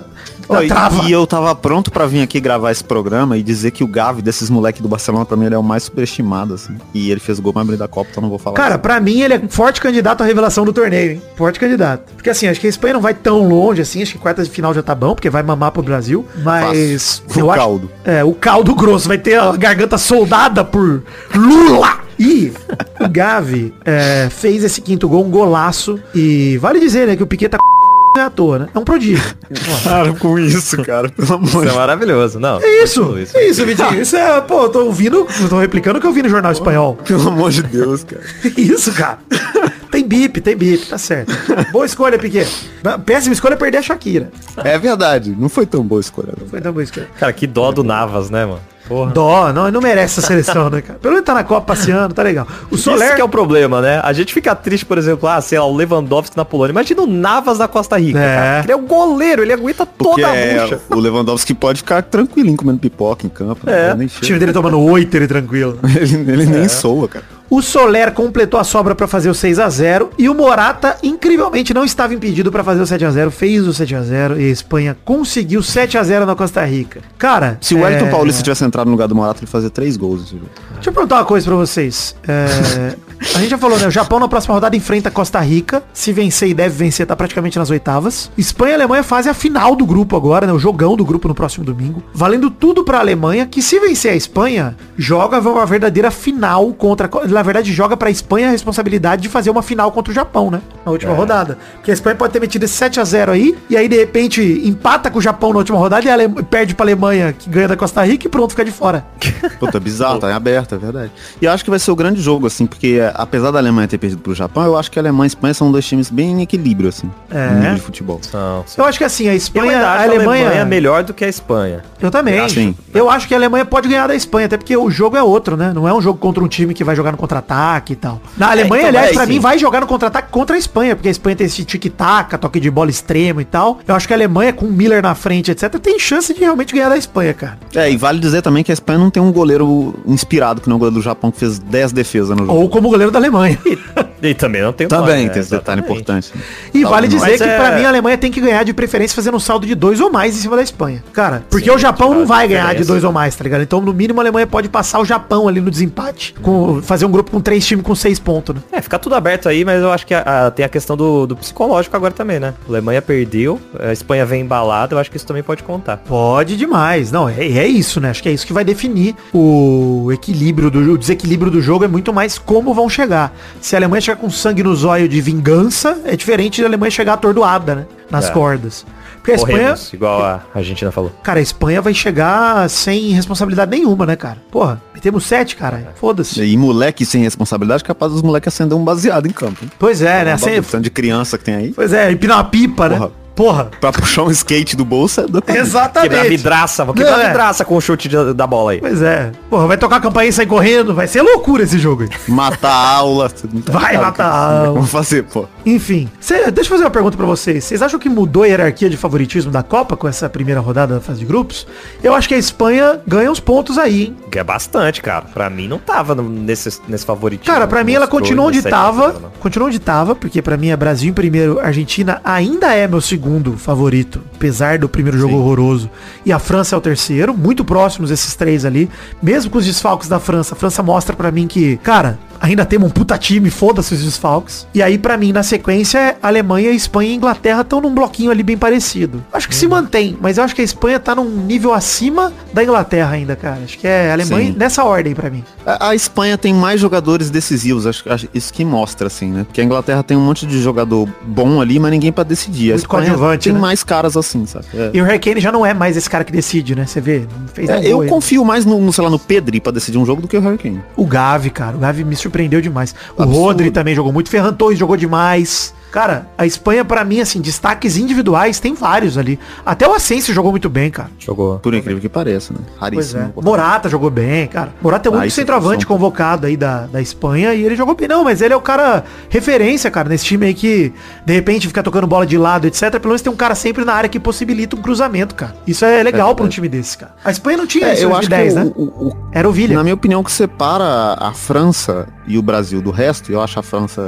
Da trava. E eu tava pronto pra vir aqui gravar esse programa e dizer que o Gavi desses moleques do Barcelona, pra mim, ele é o mais superestimado, assim. E ele fez o gol mais bonito da Copa, então não vou falar. Cara, pra mim ele é forte candidato à revelação do torneio, hein? Forte candidato. Porque assim, acho que a Espanha não vai tão longe assim, acho que quartas de final já tá bom, porque vai mamar pro Brasil. Mas... O caldo. O caldo grosso. Vai ter a garganta soldada por Lula. E o Gavi fez esse quinto gol, um golaço. E vale dizer, né, que o Piquet tá não é à toa, né? É um prodígio. Para com isso, cara. Pelo amor de Isso é maravilhoso. Não. É isso. É isso, Vitinho. Isso é, pô, eu tô replicando o que eu vi no jornal espanhol. Pelo amor de Deus, cara. Isso, cara. Tem bip, tá certo. Boa escolha, Piquet. Péssima escolha é perder a Shakira. É verdade. Não foi tão boa a escolha, não. Foi tão boa escolha. Cara, que dó do Navas, né, mano? Porra. Dó, não merece essa seleção, né, cara? Pelo menos tá na Copa passeando, tá legal. O Soler... Isso que é o problema, né? A gente fica triste, por exemplo, sei lá, o Lewandowski na Polônia. Imagina o Navas da Costa Rica, cara. Ele é o goleiro, ele aguenta toda a bucha. O Lewandowski pode ficar tranquilinho comendo pipoca em campo. O time dele tomando 8, ele tranquilo. ele nem soa, cara. O Soler completou a sobra pra fazer o 6-0 e o Morata, incrivelmente, não estava impedido pra fazer o 7-0, fez o 7-0 e a Espanha conseguiu 7-0 na Costa Rica. Cara, se o Wellington Paulista tivesse entrado no lugar do Morata, ele fazia 3 gols nesse jogo. Deixa eu perguntar uma coisa pra vocês. A gente já falou, né? O Japão na próxima rodada enfrenta a Costa Rica. Se vencer e deve vencer, tá praticamente nas oitavas. Espanha e Alemanha fazem a final do grupo agora, né? O jogão do grupo no próximo domingo. Valendo tudo pra Alemanha, que se vencer a Espanha, joga uma verdadeira final contra... Na verdade, joga pra Espanha a responsabilidade de fazer uma final contra o Japão, né? Na última rodada. Porque a Espanha pode ter metido esse 7-0 aí, e aí, de repente, empata com o Japão na última rodada e perde pra Alemanha, que ganha da Costa Rica, e pronto, fica de fora. Puta, bizarro, tá em aberto, é verdade. E eu acho que vai ser o grande jogo, assim, porque apesar da Alemanha ter perdido pro Japão, eu acho que a Alemanha e a Espanha são dois times bem em equilíbrio, assim, no nível de futebol. Eu acho que assim, a Espanha, a Alemanha é melhor do que a Espanha. Eu também. Eu acho que a Alemanha pode ganhar da Espanha, até porque o jogo é outro, né? Não é um jogo contra um time que vai jogar no contra-ataque e tal. Na Alemanha, aliás, pra mim, vai jogar no contra-ataque contra a Espanha, porque a Espanha tem esse tic-tac, toque de bola extremo e tal. Eu acho que a Alemanha, com o Miller na frente, etc., tem chance de realmente ganhar da Espanha, cara. E vale dizer também que a Espanha não tem um goleiro inspirado, que não é o goleiro do Japão, que fez 10 defesas no jogo. Ou como o goleiro da Alemanha. E também não tem o Também tem esse detalhe importante. E vale dizer que pra mim a Alemanha tem que ganhar de preferência fazendo um saldo de 2 ou mais em cima da Espanha. Cara, porque o Japão não vai ganhar de 2 ou mais, tá ligado? Então, no mínimo, a Alemanha pode passar o Japão ali no desempate. Fazer um grupo com 3 times com 6 pontos, né? Fica tudo aberto aí, mas eu acho que tem a questão do psicológico agora também, né? A Alemanha perdeu, a Espanha vem embalada, eu acho que isso também pode contar. Pode demais. Não, é isso, né? Acho que é isso que vai definir o equilíbrio, o desequilíbrio do jogo é muito mais como vão chegar. Se a Alemanha chegar com sangue no zóio de vingança, é diferente da Alemanha chegar atordoada, né? Nas cordas. Porque a Espanha... igual a Argentina falou. Cara, a Espanha vai chegar sem responsabilidade nenhuma, né, cara? Porra, metemos 7, cara. Foda-se. E moleque sem responsabilidade, capaz dos moleques acender um baseado em campo. Hein? Pois é, né? Tanto de criança que tem aí. Pois é, empinar uma pipa, né? Porra. Pra puxar um skate do bolso é do... Exatamente. Quebrar vidraça. Vou quebrar vidraça com o chute da bola aí. Pois é. Porra, vai tocar a campainha e sair correndo. Vai ser loucura esse jogo aí. Matar a aula. Vai matar a aula. Vamos fazer, pô. Enfim. Deixa eu fazer uma pergunta pra vocês. Vocês acham que mudou a hierarquia de favoritismo da Copa com essa primeira rodada da fase de grupos? Eu acho que a Espanha ganha uns pontos aí, hein? É bastante, cara. Pra mim não tava nesse favoritismo. Cara, pra mim ela continua onde tava. Continua onde tava, porque pra mim é Brasil em primeiro, Argentina ainda é meu segundo favorito, apesar do primeiro jogo horroroso. E a França é o terceiro, muito próximos esses três ali. Mesmo com os desfalques da França, a França mostra pra mim que, cara, ainda temos um puta time, foda-se os desfalques. E aí, pra mim, na sequência, Alemanha, Espanha e Inglaterra estão num bloquinho ali bem parecido. Acho que se mantém, mas eu acho que a Espanha tá num nível acima da Inglaterra ainda, cara. Acho que é a Alemanha nessa ordem pra mim. A Espanha tem mais jogadores decisivos, acho isso que mostra, assim, né? Porque a Inglaterra tem um monte de jogador bom ali, mas ninguém pra decidir. A Espanha tem mais caras assim, sabe? E o Harry Kane já não é mais esse cara que decide, né? Você vê, não fez nada. Eu confio mais no Pedri pra decidir um jogo do que o Harry Kane. O Gavi, cara, o Gavi me surpreendeu demais. O Rodri também jogou muito. Ferran Torres jogou demais. Cara, a Espanha, pra mim, assim, destaques individuais, tem vários ali. Até o Asensio jogou muito bem, cara. Jogou. Por incrível que pareça, né? Raríssimo. Morata jogou bem, cara. Morata é o único centroavante convocado aí da Espanha e ele jogou bem. Não, mas ele é o cara referência, cara, nesse time aí que, de repente, fica tocando bola de lado, etc. Pelo menos tem um cara sempre na área que possibilita um cruzamento, cara. Isso é legal pra um time desse, cara. A Espanha não tinha isso em 2010, né? Era o Villa. Na minha opinião, o que separa a França e o Brasil do resto, eu acho a França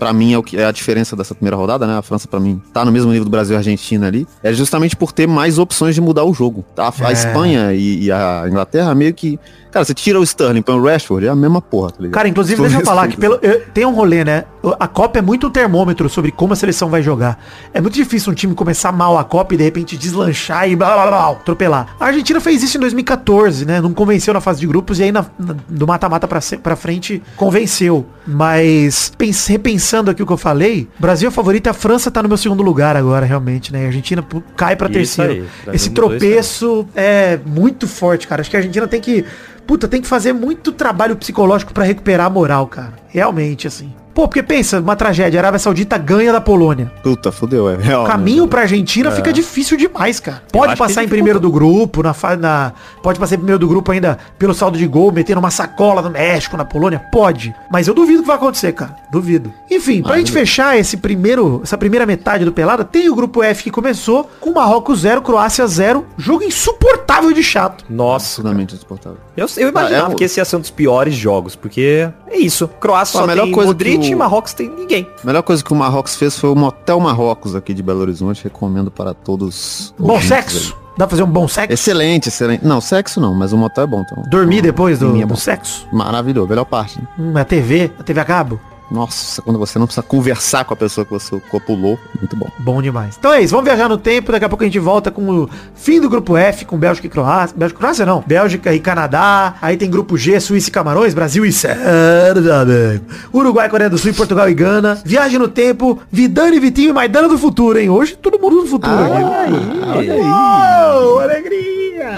pra mim é o que é a diferença dessa primeira rodada, né? A França, pra mim, tá no mesmo nível do Brasil e Argentina ali. É justamente por ter mais opções de mudar o jogo. Tá? A Espanha e a Inglaterra meio que... Cara, você tira o Sterling, põe o Rashford, é a mesma porra, tá ligado? Cara, inclusive, deixa eu falar que tem um rolê, né? A Copa é muito um termômetro sobre como a seleção vai jogar. É muito difícil um time começar mal a Copa e de repente deslanchar e blá blá blá, atropelar. A Argentina fez isso em 2014, né? Não convenceu na fase de grupos e aí do mata-mata pra frente convenceu. Mas repensando aqui o que eu falei, Brasil é favorito, a França tá no meu segundo lugar agora, realmente, né? A Argentina cai pra terceiro. Esse tropeço é muito forte, cara. Acho que a Argentina tem que fazer muito trabalho psicológico pra recuperar a moral, cara. Realmente, assim. Pô, porque pensa, uma tragédia, a Arábia Saudita ganha da Polônia. Puta, fodeu, é real. O caminho pra Argentina fica difícil demais, cara. Pode passar em primeiro do grupo, pode passar em primeiro do grupo ainda pelo saldo de gol, metendo uma sacola no México, na Polônia? Pode. Mas eu duvido que vai acontecer, cara. Duvido. Enfim, pra gente fechar essa primeira metade do Pelada, tem o grupo F que começou com Marrocos 0, Croácia 0, jogo insuportável de chato. Nossa, absolutamente insuportável. Eu imaginava que esse ia ser um dos piores jogos, porque é isso. Croácia só tem Modric e Marrocos tem ninguém. A melhor coisa que o Marrocos fez foi o Motel Marrocos aqui de Belo Horizonte. Recomendo para todos. Bom sexo? Aí. Dá pra fazer um bom sexo? Excelente, excelente. Não, sexo não, mas o motel é bom. Então. Dormir depois do sexo? Maravilhoso, melhor parte. Né? A TV a cabo? Nossa, quando você não precisa conversar com a pessoa que você copulou, muito bom. Bom demais. Então é isso, vamos viajar no tempo, daqui a pouco a gente volta com o fim do grupo F, com Bélgica e Croácia. Croácia não, Bélgica e Canadá, aí tem grupo G, Suíça e Camarões, Brasil e Sérvia, amigo. Uruguai, Coreia do Sul, Portugal e Gana. Viagem no tempo, Vidani, Vitinho e Maidana do futuro, hein? Hoje todo mundo do futuro aqui. Olha aí. Oh, alegria!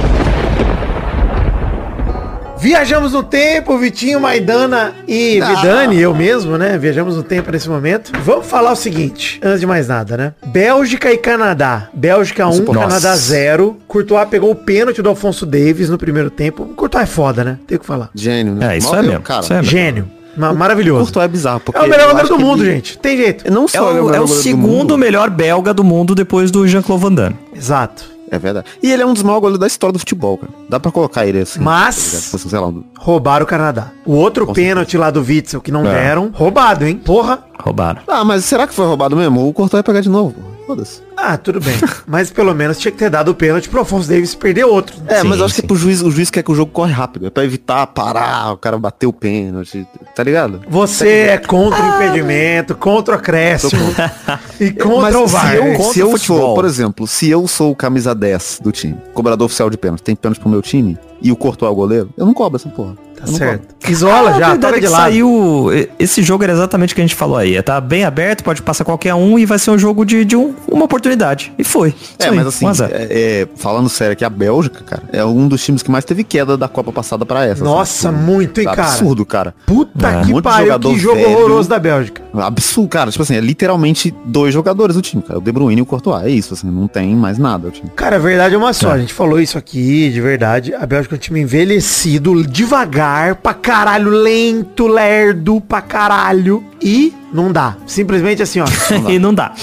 Viajamos no tempo, Vitinho, Maidana e Vidani, eu mesmo, né? Viajamos no tempo nesse momento. Vamos falar o seguinte, antes de mais nada, né? Bélgica e Canadá. Bélgica 1, Canadá 0. Courtois pegou o pênalti do Alfonso Davies no primeiro tempo. O Courtois é foda, né? Tem o que falar. Gênio, né? Isso é mesmo, cara. Gênio. Maravilhoso. O Courtois é bizarro. É o melhor goleiro do mundo, gente. Tem jeito. Não só é o segundo melhor belga do mundo depois do Jean-Claude Van Damme. Exato. É verdade. E ele é um dos maiores goleiros da história do futebol, cara. Dá pra colocar ele assim. Mas, sei lá, roubaram o Canadá. O outro pênalti lá do Witzel que não deram, roubado, hein? Porra. Roubaram. Ah, mas será que foi roubado mesmo? O Courtois ia pegar de novo. Foda-se. Ah, tudo bem. Mas pelo menos tinha que ter dado o pênalti pro Alfonso Davies perder outro. É, mas eu acho que pro juiz, o juiz quer que o jogo corre rápido. É pra evitar, parar, o cara bater o pênalti. Tá ligado? Você é contra o impedimento, contra o acréscimo e contra o VAR. Se eu sou, por exemplo, se eu sou o camisa 10 do time, cobrador oficial de pênalti, tem pênalti pro meu time, e o Courtois é o goleiro, eu não cobro essa porra. Tá certo. Isola já, toca de lado. Saiu, esse jogo era exatamente o que a gente falou aí. Tá bem aberto, pode passar qualquer um e vai ser um jogo de uma oportunidade. E foi. Mas assim, falando sério aqui, a Bélgica, cara, é um dos times que mais teve queda da Copa passada pra essa. Nossa, assim, muito, hein, cara. Absurdo, cara. Puta que pariu, que jogo horroroso da Bélgica. Absurdo, cara. Tipo assim, é literalmente 2 jogadores do time, cara. O De Bruyne e o Courtois. É isso, assim, não tem mais nada o time. Cara, a verdade é uma só. A gente falou isso aqui, de verdade. A Bélgica é um time envelhecido, devagar, pra caralho, lento, lerdo, pra caralho. E não dá. Simplesmente assim, ó. E não dá.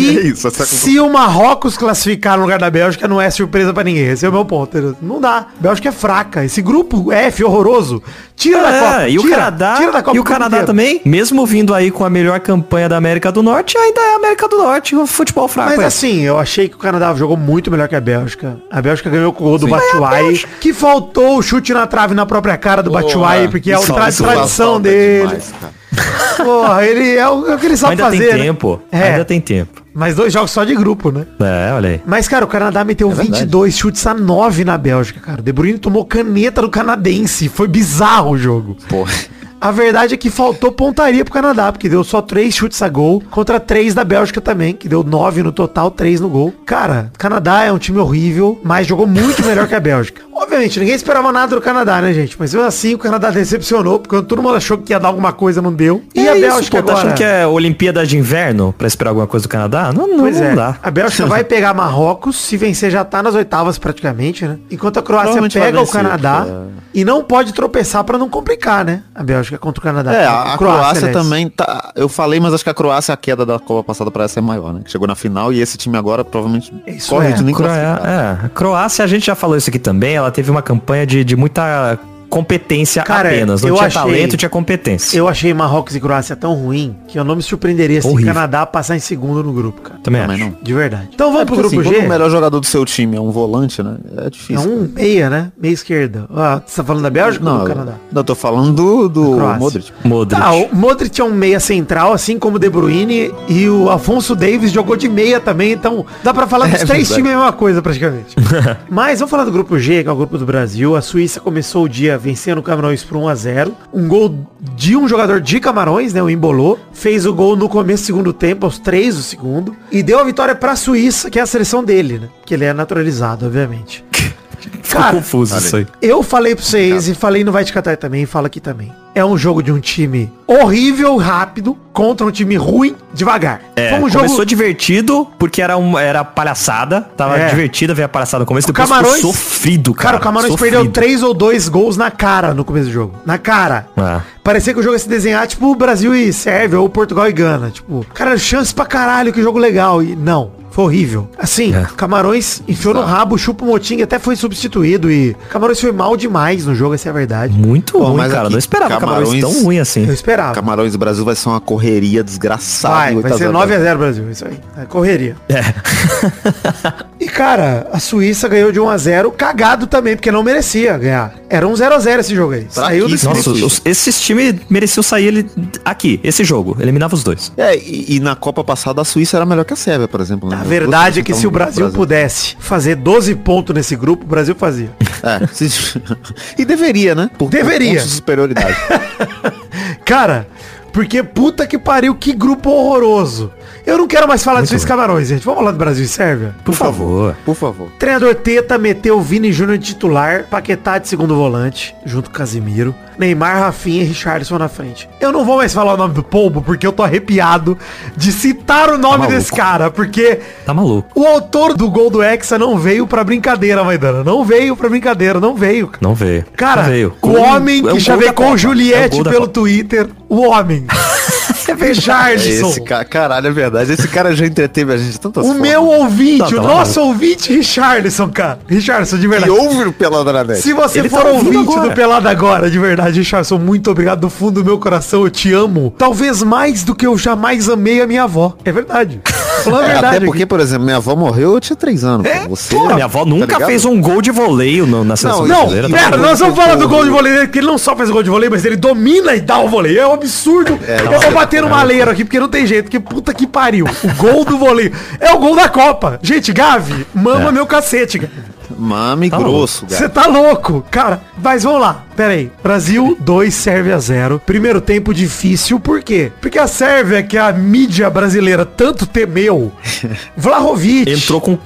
Se o Marrocos classificar no lugar da Bélgica, não é surpresa pra ninguém. Esse é o meu ponto. Não dá. A Bélgica é fraca. Esse grupo F horroroso. Tira da Copa. E o Canadá, tira da Copa, e o Canadá também, mesmo vindo aí com a melhor campanha da América do Norte, ainda é a América do Norte, o futebol fraco. Mas assim, eu achei que o Canadá jogou muito melhor que a Bélgica. A Bélgica ganhou com o gol do Batshuayi, que faltou o chute na trave na própria cara do Batshuayi, porque é a tradição dele. Demais, porra, ele é o que ele sabe ainda fazer. Ainda tem tempo. Mas 2 jogos só de grupo, né? Olha aí. Mas, cara, o Canadá meteu 22 chutes a 9 na Bélgica, cara. O De Bruyne tomou caneta do canadense. Foi bizarro o jogo. Porra. A verdade é que faltou pontaria pro Canadá, porque deu só 3 chutes a gol, contra 3 da Bélgica também, que deu 9 no total, 3 no gol. Cara, o Canadá é um time horrível, mas jogou muito melhor que a Bélgica. Obviamente, ninguém esperava nada do Canadá, né, gente? Mas mesmo assim, o Canadá decepcionou, porque todo mundo achou que ia dar alguma coisa, não deu. E a Bélgica agora... Tá achando que é Olimpíada de Inverno pra esperar alguma coisa do Canadá? Não dá. A Bélgica vai pegar Marrocos, se vencer já tá nas oitavas praticamente, né? Enquanto a Croácia pega o Canadá e não pode tropeçar pra não complicar, né? A Bélgica contra o Canadá. A Croácia também tá... Eu falei, mas acho que a Croácia, a queda da Copa passada pra essa é maior, né? Chegou na final e esse time agora provavelmente corre de nem classificar. A Croácia, a gente já falou isso aqui também, ela teve uma campanha de muita competência Cara, apenas. Não eu tinha achei- talento, tinha competência. Eu achei Marrocos e Croácia tão ruim que eu não me surpreenderia se o Horrível. Canadá passar em segundo no grupo, cara. Também Também acho. não. De verdade. Então vamos pro Porque, grupo assim, G. quando o melhor jogador do seu time é um volante, né? É É difícil. um meia, né? Meia esquerda. Ah, você tá falando da Bélgica ou Não, do Canadá? não, eu tô falando do Croácia. Modric. Modric. Tá, o Modric é um meia central, assim como o De Bruyne, e o Afonso Davies jogou de meia também, então dá pra falar dos É três verdade. times a mesma coisa praticamente. Mas vamos falar do grupo G, que é o grupo do Brasil. A Suíça começou o dia vencendo o Camarões por 1-0. Um gol de um jogador de Camarões, né, o Embolou, fez o gol no começo do segundo tempo, aos 3 do segundo, e deu a vitória pra Suíça, que é a seleção dele, né, que ele é naturalizado, obviamente. Ficou Cara, confuso isso aí. eu falei pra vocês e falei no Vai Te Catar também, e falo aqui também. É um jogo de um time horrível, rápido, contra um time ruim, devagar. Foi um Começou divertido, porque era palhaçada. Tava É. divertida ver a palhaçada no começo. O Depois Camarões- ficou sofrido, cara. Cara, o Camarões Sofrido. perdeu 3 ou 2 gols na cara no começo do jogo. Na cara. Ah. Parecia que o jogo ia se desenhar, tipo, Brasil e Sérvia, ou Portugal e Gana. Tipo, cara, chance pra caralho, que jogo legal. E não. Foi horrível. Assim, É. Camarões enfiou no rabo, chupa o Moting, até foi substituído. E Camarões foi mal demais no jogo, essa é a verdade. Muito Pô, ruim, mas cara. aqui, Não esperava Camarões Camarões- tão ruim assim. Eu esperava. Camarões e Brasil vai ser uma correria desgraçada. Vai em 8 ser a 0. 9-0 Brasil, isso aí. É correria. É. E, cara, a Suíça ganhou de 1-0, cagado também, porque não merecia ganhar. Era um 0-0 esse jogo aí. Saiu do Fraquíssimo. Nossa, Suíça. esses times mereciam sair ele aqui, esse jogo. Eliminava os dois. E na Copa passada a Suíça era melhor que a Sérvia, por exemplo. Né? A verdade é que Então, se o Brasil pudesse fazer 12 pontos nesse grupo, o Brasil fazia. É, e deveria, né? Deveria. pontos de superioridade. Cara, porque puta que pariu, que grupo horroroso. Eu não quero mais falar de Suíça e Camarões, gente. Vamos falar do Brasil e Sérvia? Por favor. Por favor. Treinador Teta meteu o Vini Júnior de titular, Paquetá de segundo volante, junto com Casimiro, Neymar, Rafinha e Richarlison na frente. Eu não vou mais falar o nome do pombo, porque eu tô arrepiado de citar o nome maluco. desse cara, porque Tá maluco. o autor do gol do Hexa não veio pra brincadeira, Maidana. Não veio pra brincadeira, não veio. Não veio. Cara, não veio. o homem É que gol da chavecou Copa. o Juliette É o gol da pelo Copa. Twitter, o homem. Richardson. Esse cara, caralho, é verdade. Esse cara já entreteve a gente de tantas O formas. meu ouvinte, Tá, o tá nosso ouvinte, Richarlison, cara. Richardson, de E verdade. ouve o Pelada na Net. Se você Ele for tá ouvindo ouvinte agora. do Pelada Agora, de verdade, Richardson, muito obrigado do fundo do meu coração, eu te amo. Talvez mais do que eu jamais amei a minha avó. É verdade. Falando a verdade. Até porque, por exemplo, minha avó morreu, eu tinha 3 anos. pô. Você, Pô, minha avó nunca ligado? fez um gol de voleio na seleção Não, brasileira. tá Pera, maluco? nós vamos falar do gol de voleio dele, porque ele não só faz gol de voleio, mas ele domina e dá o voleio. É um absurdo. Eu vou bater no maleiro aqui, porque não tem jeito, porque puta que pariu. O gol do voleio é o gol da Copa. Gente, Gavi, mama meu cacete, Gavi. Mame Tá grosso, Você cara. tá louco, cara. Mas vamos lá. Pera aí. Brasil 2, Sérvia 0. Primeiro tempo difícil, por quê? Porque a Sérvia, que a mídia brasileira tanto temeu, Vlahovic Entrou com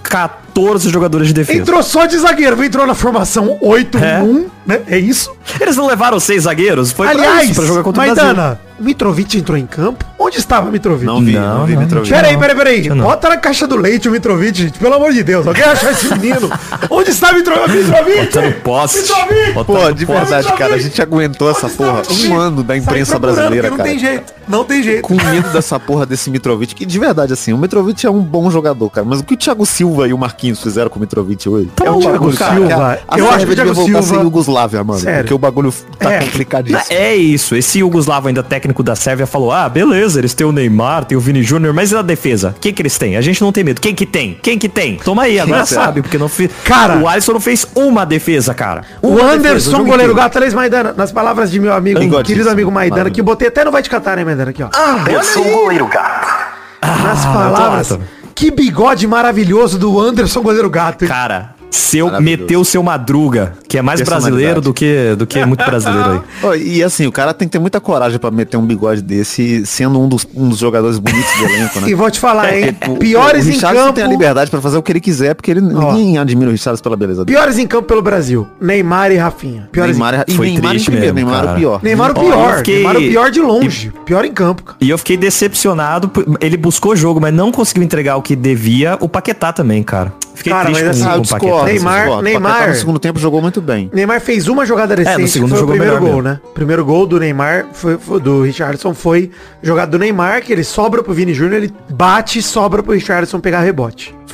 14 jogadores de defesa. entrou só de zagueiro. Entrou na formação 8-1, né? É isso. Eles não levaram 6 zagueiros? Foi Aliás, pra jogar contra o Brasil. Maidana, Mitrovic entrou em campo? Onde estava Mitrovic? Não vi, Não, não vi não, Mitrovic. Peraí. Não. Bota na caixa do leite o Mitrovic, gente. Pelo amor de Deus. Alguém achar esse menino? Onde está Mitrovic? Botando poste. Mitrovic! Botando Pô, de poste. verdade, cara, a gente aguentou essa porra um ano da imprensa brasileira, Não cara. tem jeito. Não tem jeito. Com medo dessa porra desse Mitrovic, que de verdade, assim, o Mitrovic é um bom jogador, cara, mas o que o Thiago Silva e o Marquinhos fizeram com o Mitrovic hoje? É o Thiago Silva. A Eu acho que Sérvia o Thiago devia voltar a ser Silva... Yugoslávia, mano, Sério. porque o bagulho tá É. complicadíssimo. É isso, esse Yugoslavo ainda técnico da Sérvia falou, ah, beleza, eles têm o Neymar, tem o Vini Júnior, mas e na defesa? Quem que eles têm? A gente não tem medo. Quem que tem? Quem que tem? Toma aí, agora será? sabe, porque não fez... Cara, o Alisson não fez uma defesa, cara. O Uma defesa, Anderson, jogo goleiro inteiro. gato, aliás, Maidana, nas palavras de meu amigo, Bigodíssimo. querido amigo Maidana, Maravilha. que eu botei até no Vai Te Catar, né, Maidana, aqui, ó. Anderson Goleiro Gato. Nas palavras, tô lá. que bigode maravilhoso do Anderson, goleiro gato. hein? Cara, seu Maravilhoso. meteu o seu Madruga, que é mais brasileiro do que muito brasileiro aí. Ó, e assim, o cara tem que ter muita coragem pra meter um bigode desse, sendo um dos jogadores bonitos do elenco, né? E vou te falar, hein, O piores em Richarlison campo... tem a liberdade pra fazer o que ele quiser, porque ninguém admira o Richarlison pela beleza dele. Piores em campo pelo Brasil, Neymar e Rafinha. Piores em... Neymar, Foi Neymar triste em primeiro, mesmo, Neymar cara. o pior. Neymar o Ó, pior, eu fiquei- Neymar o pior de longe, pior em campo, cara. E eu fiquei decepcionado, ele buscou o jogo, mas não conseguiu entregar o que devia. O Paquetá também, cara. Fiquei Cara, triste mas assim, com eu o discordo, Paquetá. Neymar- O Paquetá no segundo tempo jogou muito bem. Neymar fez uma jogada decente, no segundo que foi o jogou primeiro melhor gol, mesmo. né? O primeiro gol do Neymar, foi do Richarlison, foi jogada do Neymar, que ele sobra pro Vini Júnior, ele bate e sobra pro Richarlison pegar rebote.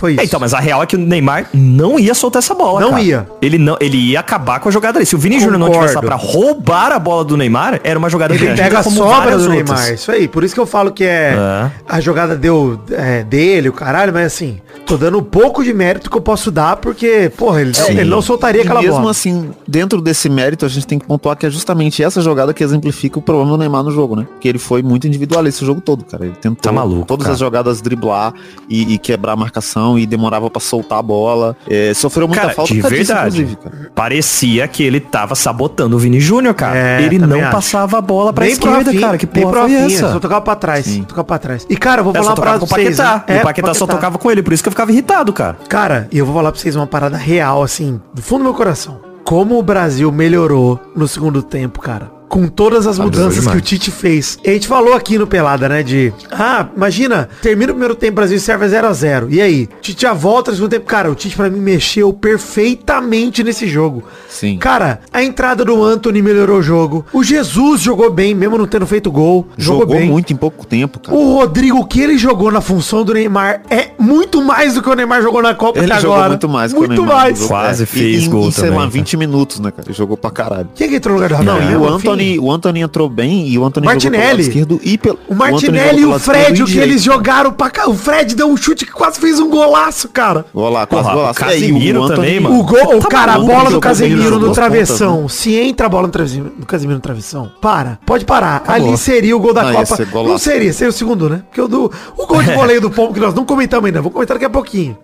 Foi isso. Então, mas a real é que o Neymar não ia soltar essa bola, Não cara. ia. Ele ia acabar com a jogada ali. Se o Vini Júnior não tivesse lá pra roubar a bola do Neymar, era uma jogada Ele perdida pega a como sobra várias do outras. Neymar, isso aí. Por isso que eu falo que a jogada deu dele, o caralho, mas assim, tô dando um pouco de mérito que eu posso dar, porque, porra, ele não soltaria aquela mesmo bola. assim, dentro desse mérito, a gente tem que pontuar que é justamente essa jogada que exemplifica o problema do Neymar no jogo, né? Porque ele foi muito individualista o jogo todo, cara. Ele tentou Tá maluco, todas cara. as jogadas driblar e quebrar a marcação e demorava pra soltar a bola. Sofreu muita Cara, falta de por causa disso, verdade. inclusive, cara. Parecia que ele tava sabotando o Vini Júnior, cara. Ele também não acho. passava a bola pra Nem pro esquerda, Rafinha, cara. Que nem porra pro foi Rafinha, essa? só tocava pra trás. Tocava pra trás. E, cara, eu vou Eu falar só uma parada tocava pra com o vocês. Paquetá. né? O Paquetá só tocava com ele, por isso que eu ficava irritado, cara. Cara, e eu vou falar pra vocês uma parada real, assim, do fundo do meu coração. Como o Brasil melhorou no segundo tempo, cara. Com todas as mudanças demais. que o Tite fez. E a gente falou aqui no Pelada, né, imagina, termina o primeiro tempo, Brasil serve 0-0. E aí? Tite já volta no segundo tempo. Cara, o Tite pra mim mexeu perfeitamente nesse jogo. Sim. Cara, a entrada do Antony melhorou o jogo. O Jesus jogou bem, mesmo não tendo feito gol. Jogou bem. muito em pouco tempo, cara. O Rodrigo, o que ele jogou na função do Neymar é muito mais do que o Neymar jogou na Copa Ele até jogou agora. muito mais que o Muito Neymar. mais. Jogou- Quase e fez em- gol em, sei também, lá, cara. 20 minutos, né, cara? Ele jogou pra caralho. Quem que entrou no lugar do Não, Rafinha? e Enfim. o Anthony entrou bem e o Anthony Martinelli. jogou pelo lado esquerdo e pelo... O Martinelli e o Fred, o que eles jogaram pra cá. O Fred deu um chute que quase fez um golaço, cara. Olá, quase Porra, golaço. o Casemiro também, mano. O gol, Tá cara, a maluco, bola do jogou bem, Casemiro jogou no as travessão. pontas, né? Se entra a bola do Casemiro no travessão, pode parar. Ali seria o gol da Não, ia Copa. ser golaço. Não seria o segundo, né? Porque o gol de voleio do Pombo que nós não comentamos ainda. Vou comentar daqui a pouquinho.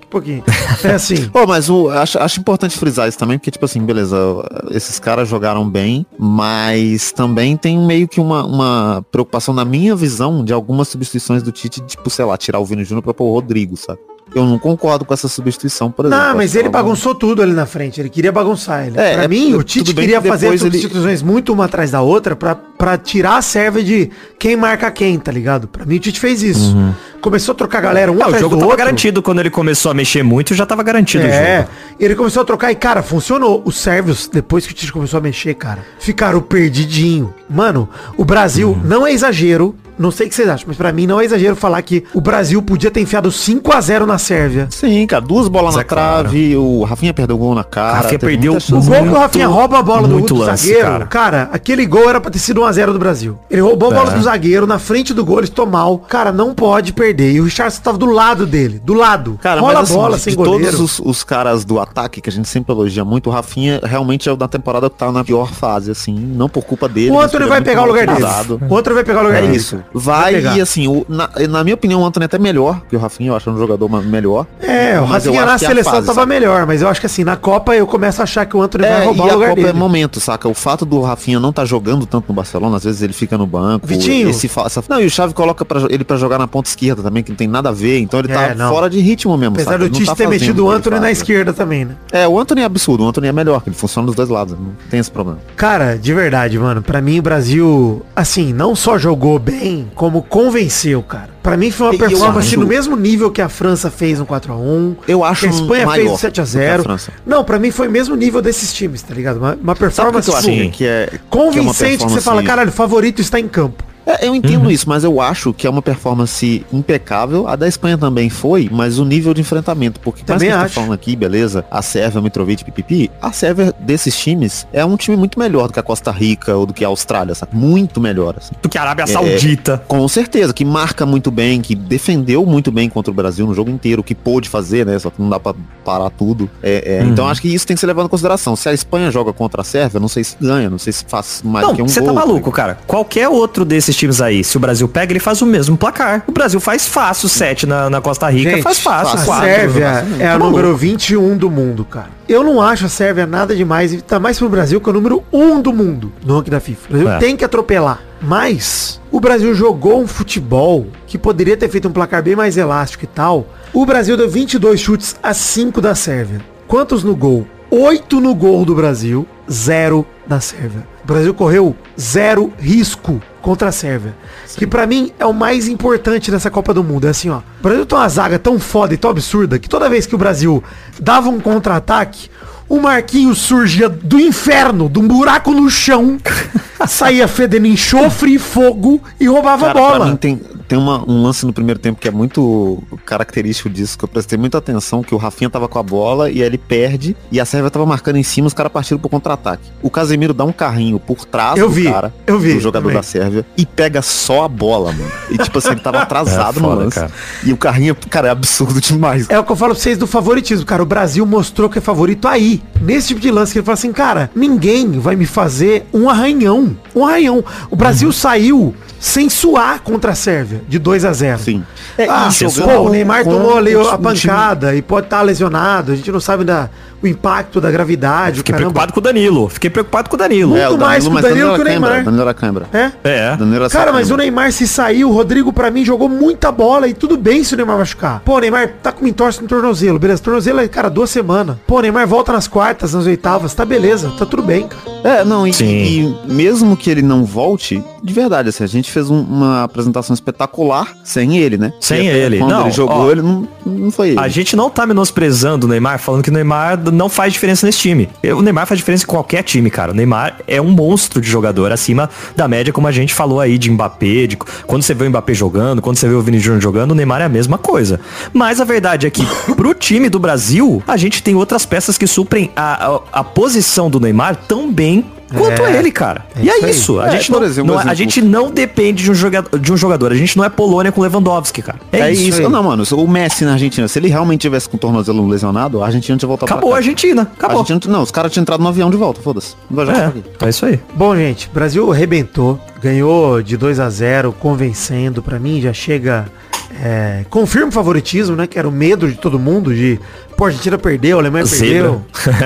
É assim. Pô, mas acho importante frisar isso também, porque, tipo assim, beleza, esses caras jogaram bem, mas também tem meio que uma preocupação, na minha visão, de algumas substituições do Tite, tipo, sei lá, tirar o Vini Júnior pra pôr o Rodrigo, sabe? Eu não concordo com essa substituição, por exemplo. Não, mas Acho ele que ela bagunçou tudo ali na frente. Ele queria bagunçar ele. É, Pra mim, o Tite tudo bem queria que fazer depois ele- substituições muito uma atrás da outra pra tirar a Sérvia de quem marca quem, tá ligado? Pra mim, o Tite fez isso. Começou a trocar a galera um O atrás jogo do tava outro. garantido quando ele começou a mexer muito, já tava garantido o jogo. Ele começou a trocar e, cara, funcionou. Os sérvios, depois que o Tite começou a mexer, cara, ficaram perdidinho. Mano, o Brasil, não é exagero, não sei o que vocês acham, mas pra mim não é exagero falar que o Brasil podia ter enfiado 5-0 na Sérvia. Sim, cara, 2 bolas na é claro. trave, o Rafinha perdeu o gol na cara. Rafinha teve perdeu muita O chance. gol que o Muito- Rafinha rouba a bola muito do lance, zagueiro, cara, aquele gol era pra ter sido 1-0 do Brasil. Ele roubou a bola do zagueiro, na frente do gol, ele estou mal. Cara, não pode perder. E o Richardson tava do lado dele, do lado. Cara, rola mas a bola assim, sem de goleiro. todos os caras do ataque, que a gente sempre elogia muito, o Rafinha realmente é o da temporada que tá na pior fase, assim, não por culpa dele. O mas Antony ele é vai muito pegar o mal lugar dele. utilizado. O Antony vai pegar o lugar É dele. isso. Vai pegar. e assim, na minha opinião, o Antony é até melhor que o Rafinha, eu acho um jogador melhor. É, o Mas eu Rafinha na acho que é a seleção fase, tava sabe? melhor, mas eu acho que assim, na Copa eu começo a achar que o Antony vai roubar e o a lugar Copa dele. é momento, saca? O fato do Rafinha não tá jogando tanto no Barcelona, às vezes ele fica no banco. Vitinho. Não, e o Xavi coloca ele pra jogar na ponta esquerda também, que não tem nada a ver, então ele tá não. fora de ritmo mesmo, Apesar saca? do Ele não Tite tá ter fazendo metido o o que ele Antony na faz, né? esquerda também, né? O Antony é absurdo, o Antony é melhor, que ele funciona dos dois lados, não tem esse problema. Cara, de verdade, mano, pra mim o Brasil, assim, não só jogou bem, como convenceu, cara. Pra mim foi uma E eu performance acho- no mesmo nível que a França fez no 4-1. Eu acho que a Espanha maior fez no do que a 7-0. França. Não, pra mim foi o mesmo nível desses times, tá ligado? Uma Sabe o performance que eu acho Sim. que é convincente que você fala, performance- caralho, o favorito está em campo. Eu entendo isso, mas eu acho que é uma performance impecável. A da Espanha também foi, mas o nível de enfrentamento, porque Também mais que a acho. gente tá falando aqui, beleza, a Sérvia, Mitrovic, pipipi, a Sérvia desses times é um time muito melhor do que a Costa Rica ou do que a Austrália, sabe? Muito melhor, assim. Do que a Arábia Saudita. Com certeza, que marca muito bem, que defendeu muito bem contra o Brasil no jogo inteiro, que pôde fazer, né? Só que não dá pra parar tudo. Então acho que isso tem que ser levado em consideração. Se a Espanha joga contra a Sérvia, não sei se ganha, não sei se faz mais Não, do que um você gol. tá maluco, cara. Qualquer outro desses times aí, se o Brasil pega, ele faz o mesmo placar. O Brasil faz fácil 7 na Costa Rica, Gente, faz fácil fácil. A 4. Sérvia é a Tá número maluco. 21 do mundo, cara. Eu não acho a Sérvia nada demais, e tá mais pro Brasil que é o número 1 do mundo no ranking da FIFA. O Brasil É. tem que atropelar. Mas o Brasil jogou um futebol que poderia ter feito um placar bem mais elástico e tal. O Brasil deu 22 chutes a 5 da Sérvia. Quantos no gol? 8 no gol do Brasil, 0 da Sérvia. O Brasil correu 0 risco contra a Sérvia. Que pra mim é o mais importante dessa Copa do Mundo. É assim, ó. O Brasil tem uma zaga tão foda e tão absurda que toda vez que o Brasil dava um contra-ataque, o Marquinhos surgia do inferno, de um buraco no chão, saía fedendo enxofre e fogo e roubava Cara, a bola. pra mim tem um lance no primeiro tempo que é muito característico disso, que eu prestei muita atenção, que o Rafinha tava com a bola e aí ele perde, e a Sérvia tava marcando em cima, os caras partiram pro contra-ataque. O Casemiro dá um carrinho por trás do jogador também. da Sérvia, e pega só a bola, mano. E tipo assim, ele tava atrasado no lance. Cara. E o carrinho, cara, é absurdo demais. É o que eu falo pra vocês do favoritismo, cara. O Brasil mostrou que é favorito aí. Nesse tipo de lance que ele fala assim, cara, ninguém vai me fazer um arranhão. Um arranhão. O Brasil saiu sem suar contra a Sérvia, de 2-0. Sim. O Neymar tomou ali a pancada e pode estar lesionado. A gente não sabe o impacto da gravidade. Fiquei preocupado com o Danilo. Muito mais com o Danilo que o Neymar. Danilo era cãibra. É? Danilo era cara, mas o Neymar se saiu, o Rodrigo pra mim jogou muita bola e tudo bem se o Neymar machucar. Pô, o Neymar tá com entorse no tornozelo, beleza. Tornozelo é, cara, 2 semanas. Pô, o Neymar volta nas quartas, nas oitavas, tá beleza, tá tudo bem, cara. E mesmo que ele não volte, de verdade, assim, a gente fez uma apresentação espetacular sem ele, né? Sem ele. Quando ele jogou, ele não foi ele. A gente não tá menosprezando o Neymar, falando que o Neymar não faz diferença nesse time. O Neymar faz diferença em qualquer time, cara. O Neymar é um monstro de jogador, acima da média, como a gente falou aí, de Mbappé, quando você vê o Mbappé jogando, quando você vê o Vini Júnior jogando, o Neymar é a mesma coisa. Mas a verdade é que, pro time do Brasil, a gente tem outras peças que suprem a posição do Neymar tão bem quanto ele, cara. E é isso. A gente não depende de um jogador. A gente não é Polônia com Lewandowski, cara. É isso. Não, mano, o Messi na Argentina, se ele realmente tivesse com o tornozelo lesionado, a Argentina tinha voltado Acabou a Argentina. Acabou. Os caras tinham entrado no avião de volta, foda-se. Não vai jogar aqui. É isso aí. Bom, gente, o Brasil arrebentou. Ganhou de 2-0, convencendo. Pra mim já chega... confirma o favoritismo, né? Que era o medo de todo mundo de... Pô, a Argentina perdeu, a Alemanha perdeu.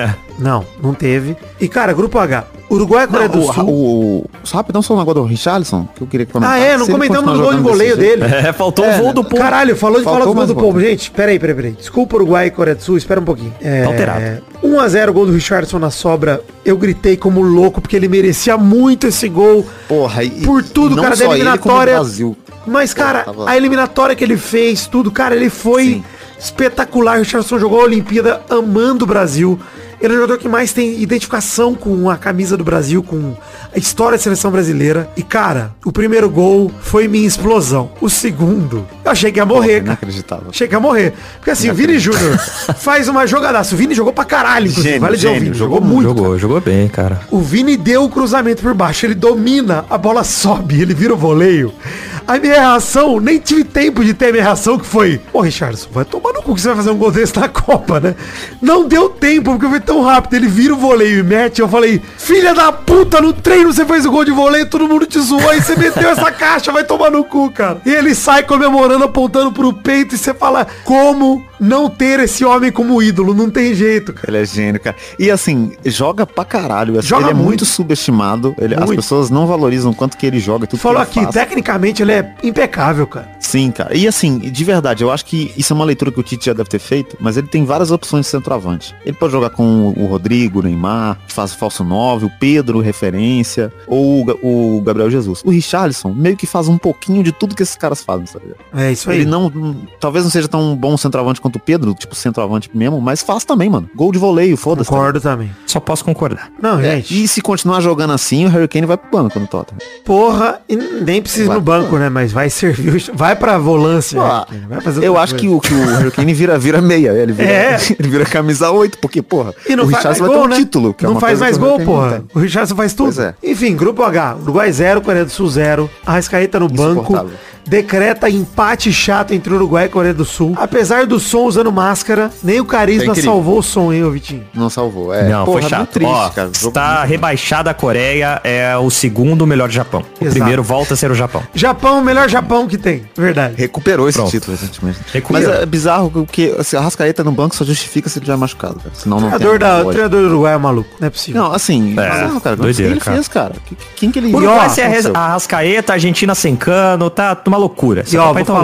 Não teve. E, cara, Grupo H. Uruguai e Coreia do Sul. Só rapidão, só um negócio do Richarlison, que eu queria comentar. Não comentamos no gol de voleio dele. Faltou o voo do povo. Caralho, falou do gol do povo. Gente, peraí. Desculpa, Uruguai e Coreia do Sul, espera um pouquinho. Alterado. 1-0 gol do Richarlison na sobra. Eu gritei como louco, porque ele merecia muito esse gol. Porra, por tudo, cara, da eliminatória. Mas, cara, tava... a eliminatória que ele fez, tudo, cara, ele foi espetacular. O Richarlison jogou a Olimpíada amando o Brasil. Ele é o jogador que mais tem identificação com a camisa do Brasil, com a história da seleção brasileira. E, cara, o primeiro gol foi minha explosão. O segundo, eu achei que ia morrer, cara. Inacreditável. Achei que ia morrer. Porque assim, o Vini Júnior faz uma jogadaça. O Vini jogou pra caralho, inclusive. Vale dizer o Vini. Jogou muito. Jogou bem, cara. O Vini deu o cruzamento por baixo. Ele domina, a bola sobe, ele vira o voleio. A minha reação, nem tive tempo de ter a minha reação, que foi... Pô, Richarlison, vai tomar no cu que você vai fazer um gol desse na Copa, né? Não deu tempo, porque foi tão rápido. Ele vira o voleio e mete. Eu falei, filha da puta, no treino você fez o gol de voleio, todo mundo te zoou e você meteu essa caixa, vai tomar no cu, cara. E ele sai comemorando, apontando pro peito e você fala, como não ter esse homem como ídolo? Não tem jeito, cara. Ele é gênio, cara. E assim, joga pra caralho. Joga ele é muito subestimado. As pessoas não valorizam o quanto que ele joga. Tudo falou que ele aqui, tecnicamente ele é impecável, cara. Sim, cara. E assim, de verdade, eu acho que isso é uma leitura que o Tite já deve ter feito, mas ele tem várias opções de centroavante. Ele pode jogar com o Rodrigo, o Neymar, que faz falso 9, o Pedro, referência, ou o Gabriel Jesus. O Richarlison meio que faz um pouquinho de tudo que esses caras fazem, sabe? É isso aí. Ele talvez não seja tão bom centroavante quanto o Pedro, tipo centroavante mesmo, mas faz também, mano. Gol de voleio, foda-se. Concordo também. Só posso concordar. Não, gente. E se continuar jogando assim, o Harry Kane vai pro banco no Tottenham. Porra, e nem precisa ir no banco, né? Mas vai servir, vai pra volância. Vai fazer eu acho que o Harry Kane vira meia. Ele vira camisa 8, porque, porra, e não o Richarlison vai ter um título. Que não faz mais gol, porra. O Richarlison faz tudo. Enfim, Grupo H, Uruguai 0, Coreia do Sul 0. Arrascaeta no banco. Decreta empate chato entre Uruguai e Coreia do Sul. Apesar do som usando máscara, nem o carisma salvou o som, hein, ô Vitinho? Não salvou, Não, foi chato. Triste, cara. Está rebaixada a Coreia, é o segundo melhor Japão. O primeiro volta a ser o Japão. Japão, o melhor Japão que tem, verdade. Recuperou esse título recentemente. Mas é bizarro porque a Arrascaeta no banco só justifica se ele já é machucado, cara. Senão não tem. O treinador do Uruguai é maluco, não é possível. Não, assim, bizarro, cara. Doideira, ele fez, cara? Quem que ele... Uruguai sem a Arrascaeta, Argentina sem Cano, tá uma loucura. E ó, vou falar, hein?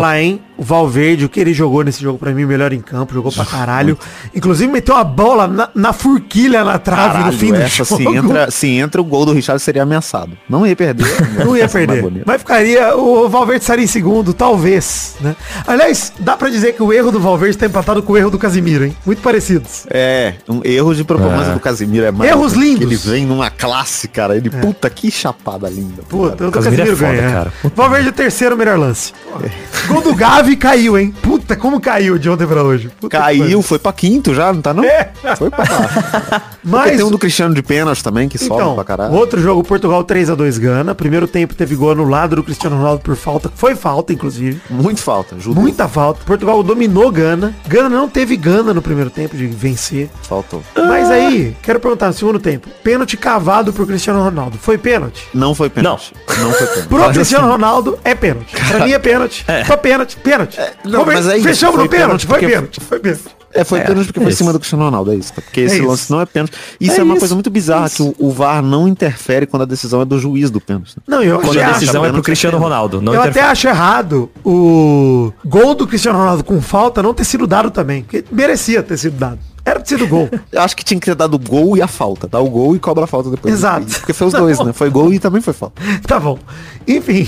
O Valverde, o que ele jogou nesse jogo pra mim, melhor em campo, jogou pra caralho. Inclusive meteu a bola na forquilha na trave no fim do jogo. Se entra o gol do Richard seria ameaçado. Não ia perder. Não ia perder. Mas ficaria, o Valverde estaria em segundo, talvez, né? Aliás, dá pra dizer que o erro do Valverde tá empatado com o erro do Casimiro, hein? Muito parecidos. Um erro de propósito do Casimiro é mais. Erros lindos. Ele vem numa classe, cara. Ele, puta, que chapada linda. Puta, o Casimiro ganha. Cara. Valverde é o terceiro melhor lance. Gol do Gavi caiu, hein? Puta, como caiu de ontem pra hoje. Puta, caiu, foi pra quinto já, não tá não? Foi pra lá. Mas tem um do Cristiano de pênalti também, que sobe pra caralho. Outro jogo, Portugal 3-2 Gana. Primeiro tempo teve gol anulado do Cristiano Ronaldo por falta. Foi falta, inclusive. Muito falta, juro. Muita falta. Portugal dominou Gana. Gana não teve Gana no primeiro tempo de vencer. Faltou. Mas aí, quero perguntar, no segundo tempo, pênalti cavado pro Cristiano Ronaldo. Foi pênalti? Não foi pênalti. Não foi pênalti. Pro Cristiano Ronaldo é pênalti. Pra mim é pênalti. Foi pênalti. Não, mas é isso. Fechamos no pênalti. Foi pênalti. Foi pênalti porque foi em cima do Cristiano Ronaldo, é isso. Porque esse lance não é pênalti. Isso é uma coisa muito bizarra, que o VAR não interfere quando a decisão é do juiz do pênalti. Não, quando a decisão é pro Cristiano Ronaldo. Eu até acho errado o gol do Cristiano Ronaldo com falta não ter sido dado também. Porque merecia ter sido dado. Era pra ter sido gol. Eu acho que tinha que ter dado o gol e a falta. Dá o gol e cobra a falta depois. Exato. Porque foi os dois, né? Foi gol e também foi falta. Tá bom. Enfim.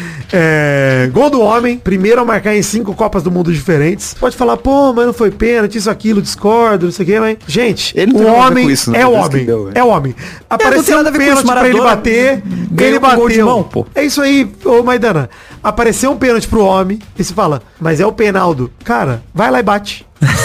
Gol do homem. Primeiro a marcar em 5 Copas do Mundo diferentes. Pode falar, pô, mas não foi pênalti, isso, aquilo, discordo, não sei o que, mas... Gente, ele o homem isso, né? É o homem. É o homem. Apareceu um pênalti pra ele bater. Ele bateu. Mão, pô. É isso aí, ô Maidana. Apareceu um pênalti pro homem e se fala, mas é o Penaldo. Cara, vai lá e bate.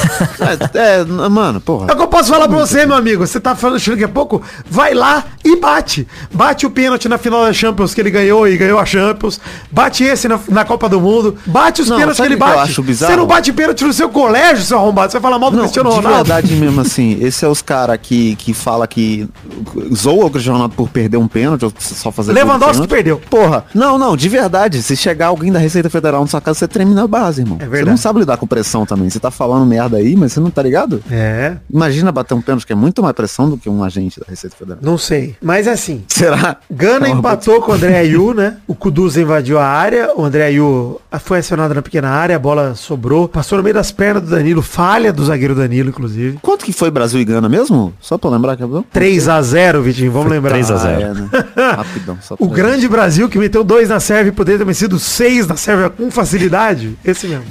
Mano, porra. É o que eu posso falar pra você, meu amigo. Você tá falando daqui a pouco? Vai lá e bate. Bate o pênalti na final da Champions que ele ganhou e ganhou a Champions. Bate esse na Copa do Mundo. Bate os pênaltis que ele bate. Eu acho bizarro? Você não bate pênalti no seu colégio, seu arrombado. Você vai falar mal do Cristiano Ronaldo. De verdade mesmo, assim. Esse é os caras que fala que zoa o Cristiano Ronaldo por perder um pênalti ou só fazer... Lewandowski perdeu. Porra. Não, de verdade. Se chegar alguém da Receita Federal na sua casa, você treme na base, irmão. É verdade. Você não sabe lidar com pressão também. Você tá falando merda aí, mas você não tá ligado? Imagina bater um pênalti que é muito mais pressão do que um agente da Receita Federal. Não sei. Mas assim. Será? Gana empatou com o André Ayew, né? O Kudus invadiu a área. O André Ayew foi acionado na pequena área. A bola sobrou. Passou no meio das pernas do Danilo. Falha do zagueiro Danilo, inclusive. Quanto que foi Brasil e Gana mesmo? Só pra lembrar que é bom. 3-0, Vitinho. Vamos lembrar. 3-0. Né? Rapidão. O grande Brasil que meteu 2 na Sérvia e poderia ter sido 6 na Sérvia com facilidade. Esse mesmo.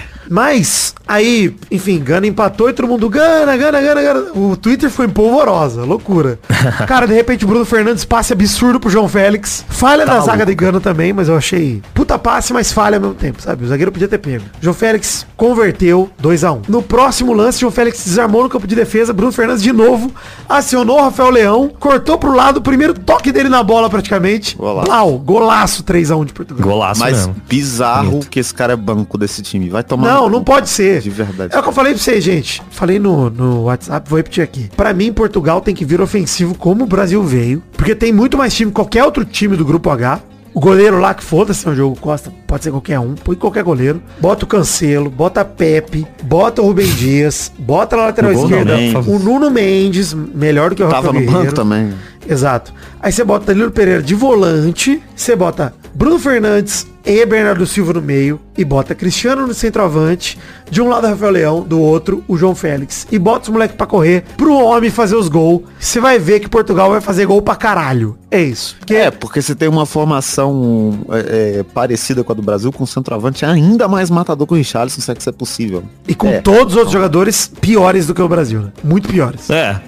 Mas, aí, enfim, Gana empatou e todo mundo, Gana. O Twitter foi polvorosa, loucura. Cara, de repente o Bruno Fernandes passe absurdo pro João Félix. Falha da zaga de Gana também, mas eu achei puta passe, mas falha ao mesmo tempo, sabe? O zagueiro podia ter pego. João Félix converteu 2-1. No próximo lance, João Félix desarmou no campo de defesa, Bruno Fernandes de novo acionou o Rafael Leão, cortou pro lado, o primeiro toque dele na bola praticamente. Golaço 3-1 de Portugal. Golaço mas mesmo. Bizarro que esse cara é banco desse time. Vai tomar... Não pode ser. De verdade. É o que eu falei pra vocês, gente. Falei no WhatsApp, vou repetir aqui. Pra mim, Portugal tem que vir ofensivo como o Brasil veio. Porque tem muito mais time que qualquer outro time do Grupo H. O goleiro lá, que foda-se no jogo Costa, pode ser qualquer um. Põe qualquer goleiro. Bota o Cancelo, bota a Pepe, bota o Rubem Dias, bota na lateral esquerda o Nuno Mendes, melhor do que o Rafael Guerreiro. Tava no banco também. Exato. Aí você bota Danilo Pereira de volante, você bota Bruno Fernandes e Bernardo Silva no meio, e bota Cristiano no centroavante, de um lado Rafael Leão, do outro o João Félix, e bota os moleques pra correr, pro homem fazer os gols. Você vai ver que Portugal vai fazer gol pra caralho. É isso. Porque você tem uma formação parecida com a do Brasil, com o centroavante ainda mais matador que o Richarlison, se é que isso é possível. E com todos os outros jogadores piores do que o Brasil, né? Muito piores.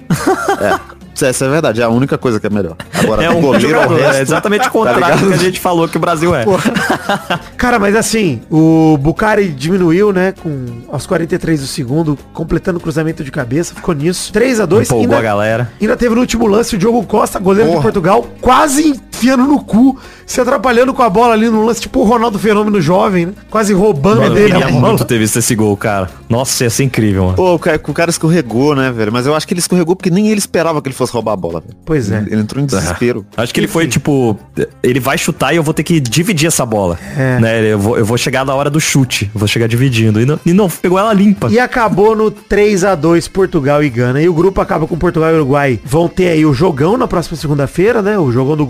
Essa é verdade, é a única coisa que é melhor. Agora, o goleiro é exatamente o contrário do que a gente falou que o Brasil é. Cara, mas assim, o Bucari diminuiu, né, aos 43 do segundo, completando o cruzamento de cabeça, ficou nisso. 3-2. Empolgou a galera. Ainda teve no último lance o Diogo Costa, goleiro de Portugal, quase enfiando no cu, se atrapalhando com a bola ali no lance, tipo o Ronaldo Fenômeno jovem, né? Quase roubando dele a bola. Eu queria muito ter visto esse gol, cara. Nossa, ia ser incrível, mano. Pô, o cara escorregou, né, velho? Mas eu acho que ele escorregou porque nem ele esperava que ele fosse roubar a bola, velho. Pois é. Ele entrou em desespero. Acho que ele foi, tipo, ele vai chutar e eu vou ter que dividir essa bola. Né? Eu vou chegar na hora do chute. Vou chegar dividindo. E não, pegou ela limpa. E acabou no 3-2 Portugal e Gana. E o grupo acaba com Portugal e Uruguai. Vão ter aí o jogão na próxima segunda-feira, né? O jogão do grupo.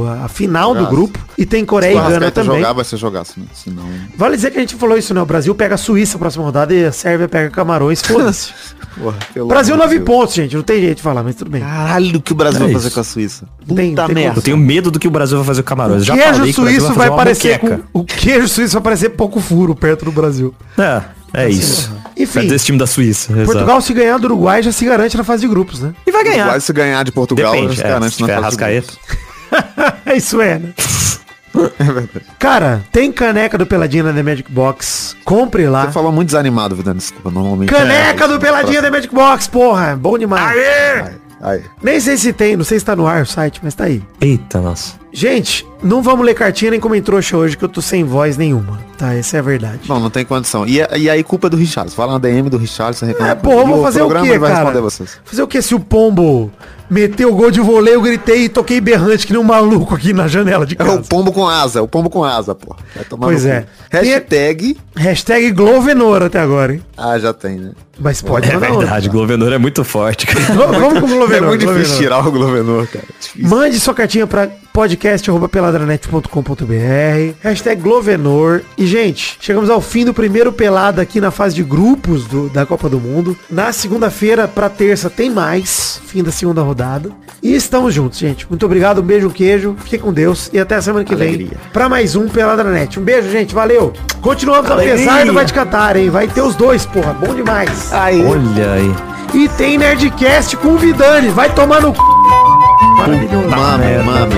a final do grupo. E tem Coreia e Gana também. Jogar, vai ser jogar, senão... Vale dizer que a gente falou isso, né? O Brasil pega a Suíça na próxima rodada e a Sérvia pega Camarões. Foda-se. Brasil 9 pontos, gente. Não tem jeito de falar, mas tudo bem. Caralho, o que o Brasil vai fazer com a Suíça? Puta merda. Eu tenho medo do que o Brasil vai fazer com o Camarões. O queijo suíço vai parecer o queijo suíço vai parecer pouco furo perto do Brasil. É isso. Enfim, desse time da Suíça. Portugal, se ganhar do Uruguai, já se garante na fase de grupos, né? E vai ganhar. Uruguai, se ganhar de Portugal, Depende, já se garante na fase de grupos. Isso é, né? É verdade. Cara, tem caneca do Peladinha na The Magic Box. Compre lá. Você falou muito desanimado, Vidani, desculpa. Normalmente Caneca do Peladinha da Magic Box, porra. Bom demais. Aí. Nem sei se tem, não sei se tá no ar o site, mas tá aí. Eita, nossa. Gente, não vamos ler cartinha nem como trouxa hoje, que eu tô sem voz nenhuma. Tá, essa é a verdade. Não tem condição. E aí culpa é do Richard. Fala na DM do Richard, você reclama. Porra, eu vou fazer o quê, cara? Vocês. Fazer o quê se o Pombo meteu o gol de voleio, eu gritei e toquei berrante que nem um maluco aqui na janela de casa. É o pombo com asa, pô. Vai tomar pois é. Hashtag Glovenor até agora, hein? Ah, já tem, né? Mas pode mandar verdade, Glovenor é muito forte. Vamos com o Glovenor. É muito difícil tirar o Glovenor, cara. Mande sua cartinha pra podcast@peladranet.com.br Hashtag Glovenor. E, gente, chegamos ao fim do primeiro Pelada aqui na fase de grupos da Copa do Mundo. Na segunda-feira pra terça tem mais. Fim da segunda rodada. E estamos juntos, gente. Muito obrigado, um beijo, um queijo. Fique com Deus. E até a semana que vem pra mais um Peladranet. Um beijo, gente. Valeu. Continuamos apesar do Vai Te Catar, hein? Vai ter os dois, porra. Bom demais. Aí. Olha aí. E tem Nerdcast com o Vidani. Vai tomar no c... Maravilhoso. Mame.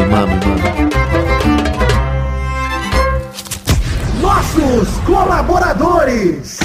Nossos colaboradores.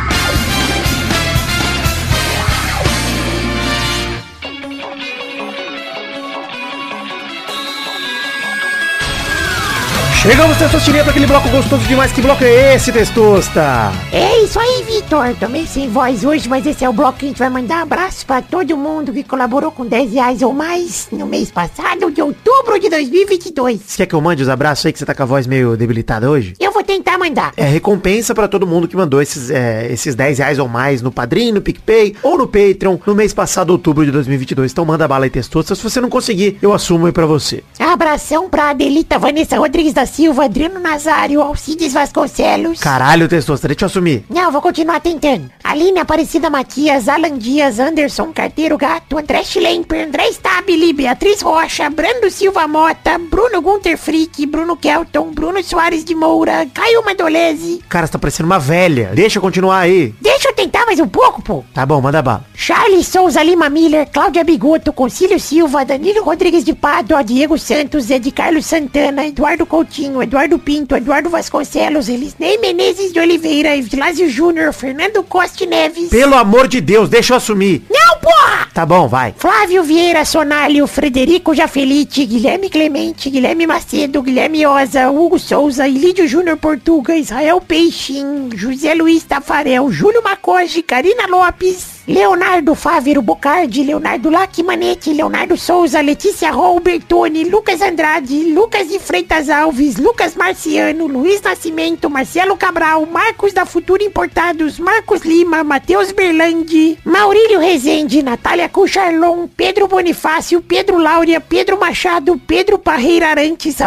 Chegamos, Testosterinha, para aquele bloco gostoso demais. Que bloco é esse, Testosta? É isso aí, Vitor. Também sem voz hoje, mas esse é o bloco que a gente vai mandar um abraço para todo mundo que colaborou com R$10 ou mais no mês passado, de outubro de 2022. Você quer que eu mande os abraços aí, que você tá com a voz meio debilitada hoje? Eu vou tentar mandar. É recompensa para todo mundo que mandou esses R$10 ou mais no Padrim, no PicPay ou no Patreon no mês passado, outubro de 2022. Então manda bala aí, Testosta. Se você não conseguir, eu assumo aí pra você. Abração pra Adelita Vanessa Rodrigues da Silva, Adriano Nazário, Alcides Vasconcelos. Caralho, Testosta, deixa eu assumir. Não, vou continuar tentando. Aline Aparecida Matias, Alan Dias, Anderson Carteiro Gato, André Schlemper, André Stabile, Beatriz Rocha, Brando Silva Mota, Bruno Gunter Frick, Bruno Kelton, Bruno Soares de Moura, Caio Madolese. Cara, você tá parecendo uma velha. Deixa eu continuar aí. Deixa eu tentar mais um pouco, pô. Tá bom, manda bala. Charles Souza Lima Miller, Cláudia Bigoto, Concílio Silva, Danilo Rodrigues de Pádua, Diego Santos, Ed Carlos Santana, Eduardo Coutinho, Eduardo Pinto, Eduardo Vasconcelos, Elisnei Menezes de Oliveira, Evilásio Júnior, Fernando Costa Neves. Pelo amor de Deus, deixa eu assumir. Não, porra! Tá bom, vai. Flávio Vieira Sonalho, Frederico Jafelite, Guilherme Clemente, Guilherme Macedo, Guilherme Oza, Hugo Souza, Ilídio Júnior Portuga, Israel Peixin, José Luiz Tafarel, Júlio Macoge, Karina Lopes, Leonardo Fávero Bocardi, Leonardo Lacmanete, Leonardo Souza, Letícia Robertoni, Lucas Andrade, Lucas de Freitas Alves, Lucas Marciano, Luiz Nascimento, Marcelo Cabral, Marcos da Futura Importados, Marcos Lima, Matheus Berlandi, Maurílio Rezende, Natália Cucharlon, Pedro Bonifácio, Pedro Láurea, Pedro Machado, Pedro Parreira Arantes,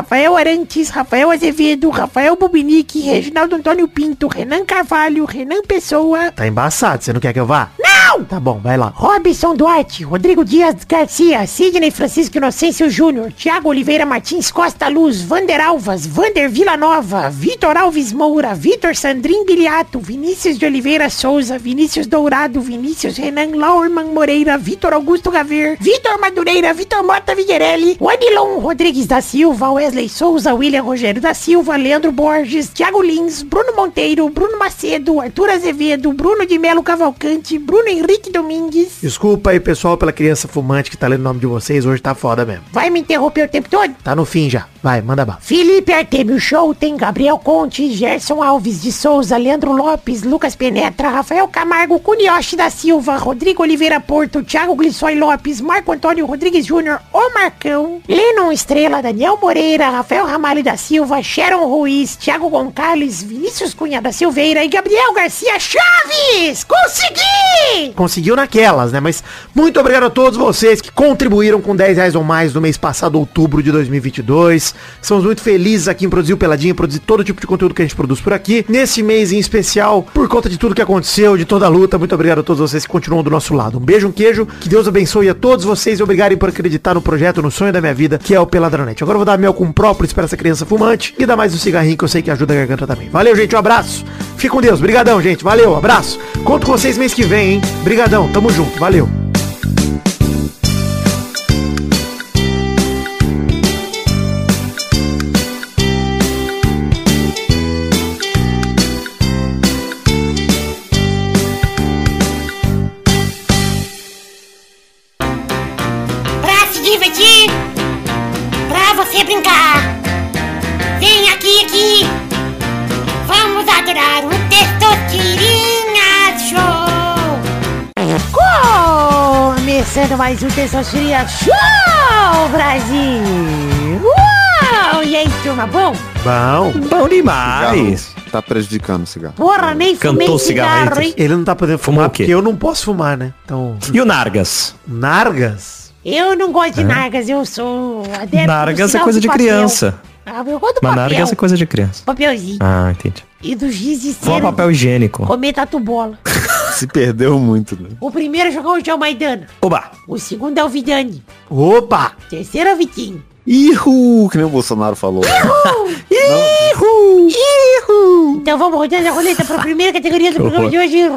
Rafael Azevedo, Rafael Bubinique, Reginaldo Antônio Pinto, Renan Carvalho, Renan Pessoa. Tá embaçado, você não quer que eu vá? Não! Tá bom, vai lá. Robson Duarte, Rodrigo Dias Garcia, Sidney Francisco Inocêncio Júnior, Thiago Oliveira Martins Costa Luz, Vander Alvas, Vander Villanova, Vitor Alves Moura, Vitor Sandrin Biliato, Vinícius de Oliveira Souza, Vinícius Dourado, Vinícius Renan Laurman Moreira, Vitor Augusto Gaver, Vitor Madureira, Vitor Mota Viguerelli, Wadilon Rodrigues da Silva, Wesley Souza, William Rogério da Silva, Leandro Borges, Thiago Lins, Bruno Monteiro, Bruno Macedo, Arthur Azevedo, Bruno de Melo Cavalcante, Bruno Henrique Domingues. Desculpa aí, pessoal, pela criança fumante que tá lendo o nome de vocês. Hoje tá foda mesmo. Vai me interromper o tempo todo? Tá no fim já. Vai, manda bala. Felipe Artemio Show tem Gabriel Conte, Gerson Alves de Souza, Leandro Lopes, Lucas Penetra, Rafael Camargo, Cunioche da Silva, Rodrigo Oliveira Porto, Thiago Glissói Lopes, Marco Antônio Rodrigues Júnior, O Marcão, Lennon Estrela, Daniel Moreira, Rafael Ramalho da Silva, Sharon Ruiz, Thiago Gonçalves, Vinícius Cunha da Silveira e Gabriel Garcia Chaves. Consegui! também. Conseguiu naquelas, né? Mas muito obrigado a todos vocês que contribuíram com 10 reais ou mais no mês passado, outubro de 2022. Somos muito felizes aqui em produzir o Peladinha, produzir todo tipo de conteúdo que a gente produz por aqui. Nesse mês em especial, por conta de tudo que aconteceu, de toda a luta, muito obrigado a todos vocês que continuam do nosso lado. Um beijo, um queijo, que Deus abençoe a todos vocês e obrigado por acreditar no projeto, no sonho da minha vida, que é o Peladronete. Agora eu vou dar mel com própolis para essa criança fumante e dar mais um cigarrinho que eu sei que ajuda a garganta também. Valeu, gente, um abraço. Fique com Deus, brigadão, gente, valeu, abraço. Conto com vocês mês que vem, hein. Brigadão, tamo junto, valeu. Divertir, pra você brincar. Vem aqui, vamos adorar o Testosterinha Show. Começando mais um Testosterinha Show, Brasil. Uau! E aí, turma, bom? Bom demais. Tá prejudicando o cigarro. Porra, nem fumei Cantou cigarro, cigarro, hein? Ele não tá podendo Fumou fumar o quê? porque eu não posso fumar, né? Então, E o Nargas? Nargas? Eu não gosto de Nargas, eu sou adepto do Nargas é cigarro coisa de papel. criança. Ah, eu gosto do Mas papel. Nargas é coisa de criança. Papelzinho. Ah, entendi. E do giz de Fuma cera. papel higiênico. Comer tatu bola. Se perdeu muito, né? O primeiro jogou o João Maidana. Oba! O segundo é o Vidani. Opa! O terceiro é o Vitinho. Ihu, que nem o Bolsonaro falou. Então vamos rodando a roleta para a primeira categoria do programa de hoje.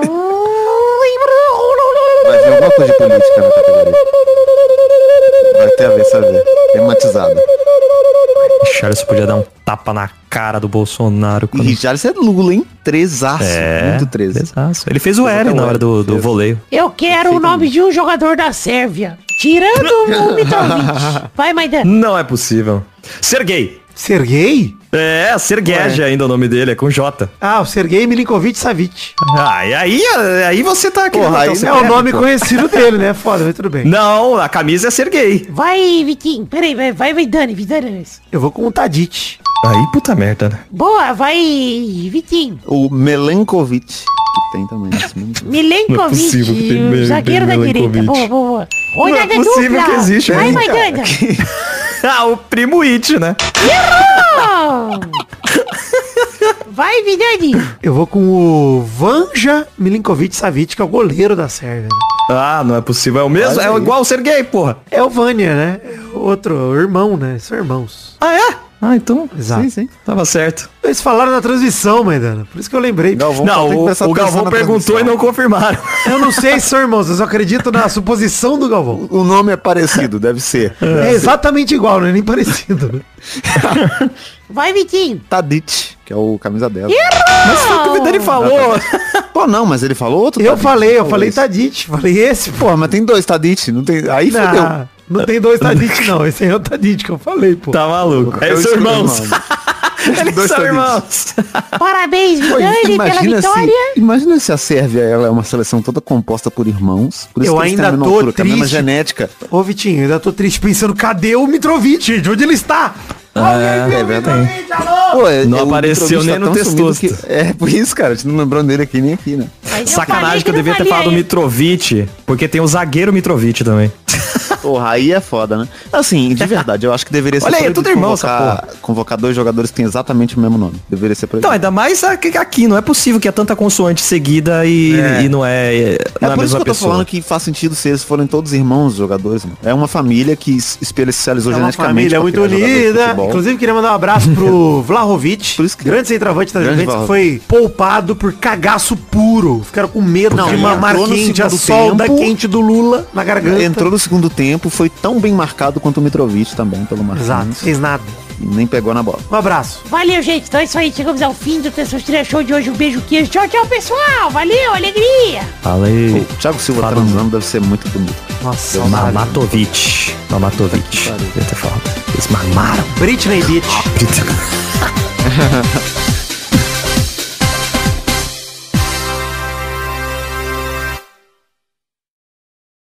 Vai ver alguma coisa de política na categoria. Vai ter a ver, sabe? Tematizado. Charles podia dar um tapa na cara do Bolsonaro. E Quando... Richard é Lula, hein? Trezaço. Muito 13. Exato. Ele fez o L na hora do voleio. Eu quero o nome de um jogador da Sérvia. Tirando o Mitrovic. Vai, Maidana. Não é possível. Sergei. Sergei? É, Sergeja ainda o nome dele, é com J. Ah, o Sergei Milinkovic Savic. Ah, e aí você tá querendo Porra, botar aí o É o Sergei. nome conhecido dele, né? Foda, mas tudo bem. Não, a camisa é Sergei. Vai, Vitinho. Peraí, vai, Vidani. Eu vou com o Tadic. Aí, puta merda, né? Boa, vai, Vitinho. O Melenkovic, que tem também. Esse mesmo. Não é possível que tem Milenkovic, zagueiro da direita. Milenkovic. Boa. Não é Rodada possível dupla. que existe, Vai, hein, Maidana. Ah, o primo It, né? Vai, Vidani. Eu vou com o Vanja Milinkovic Savic, que é o goleiro da Sérvia. Né? Ah, não é possível. É o mesmo? É igual o Sergei, porra. É o Vânia, né? É o outro, o irmão, né? São irmãos. Ah, é? Ah, então. Exato. Sim. Tava certo. Eles falaram na transmissão, Maidana. Por isso que eu lembrei. Galvão Não, tem que prestar o atenção Galvão na perguntou transmissão. e não confirmaram. Eu não sei se são irmãos, eu só acredito na suposição do Galvão. O nome é parecido, deve ser. É exatamente igual, não é nem parecido. Né? Vai, Vitinho. Tadic, que é o camisa 10. Mas foi o que o Vidani falou. Pô, não, mas ele falou outro Eu Tadic, falei falou isso. Tadic. Falei esse, pô. Pô, mas tem dois Tadic, não tem... Aí fodeu. Não tem dois Tadic, não. Esse aí é o Tadic que eu falei, pô. Tá maluco. Eu Eles são irmãos. Eles Dois são Tadic. irmãos. Parabéns, Pô, Vidani, pela vitória. imagina se a Sérvia ela é uma seleção toda composta por irmãos. Por isso Eu que eles ainda têm a mesma tô altura, com a mesma triste. genética. Ô, Vitinho, eu ainda tô triste pensando, cadê o Mitrovic, gente? Onde ele está? É verdade. Pô, Não o apareceu Mitrovic nem no tão sumido Testosta. que- É, por isso, cara. A gente não lembrou dele aqui nem aqui, né? Mas eu Sacanagem falei que eu não devia ter valia falado do isso. Mitrovic, porque tem o zagueiro Mitrovic também. Porra, aí é foda, né? Assim, de verdade, eu acho que deveria ser Olha aí, é proibido tudo irmão, essa convocar dois jogadores que têm exatamente o mesmo nome. Deveria ser proibido. Então, ainda mais aqui, não é possível que é tanta consoante seguida e não é É a por isso mesma que eu tô pessoa. falando que faz sentido se eles forem todos irmãos jogadores, mano. É uma família que especializou É uma geneticamente. família pra muito criar jogadores de unida. futebol. Inclusive, queria mandar um abraço pro Vlahovic, Por isso que- grande centroavante da Grande Juventus, que foi poupado por cagaço puro. Ficaram com medo Não, de ele mamar entrou no quente, a segundo solda tempo. quente do Lula na garganta. Entrou no segundo tempo, foi tão bem marcado quanto o Mitrovic também, pelo Marquinhos. Exato, fez nada. E nem pegou na bola. Um abraço. Valeu, gente. Então é isso aí. Chegamos ao fim do Testosterinha Show de hoje. Um beijo, queijo. Tchau, tchau, pessoal. Valeu, alegria. Falei. O Thiago Silva Fala. transando deve ser muito bonito. Nossa, Mamatovic. Mamatovic. Devia ter falado. Eles mamaram. Britney Beach.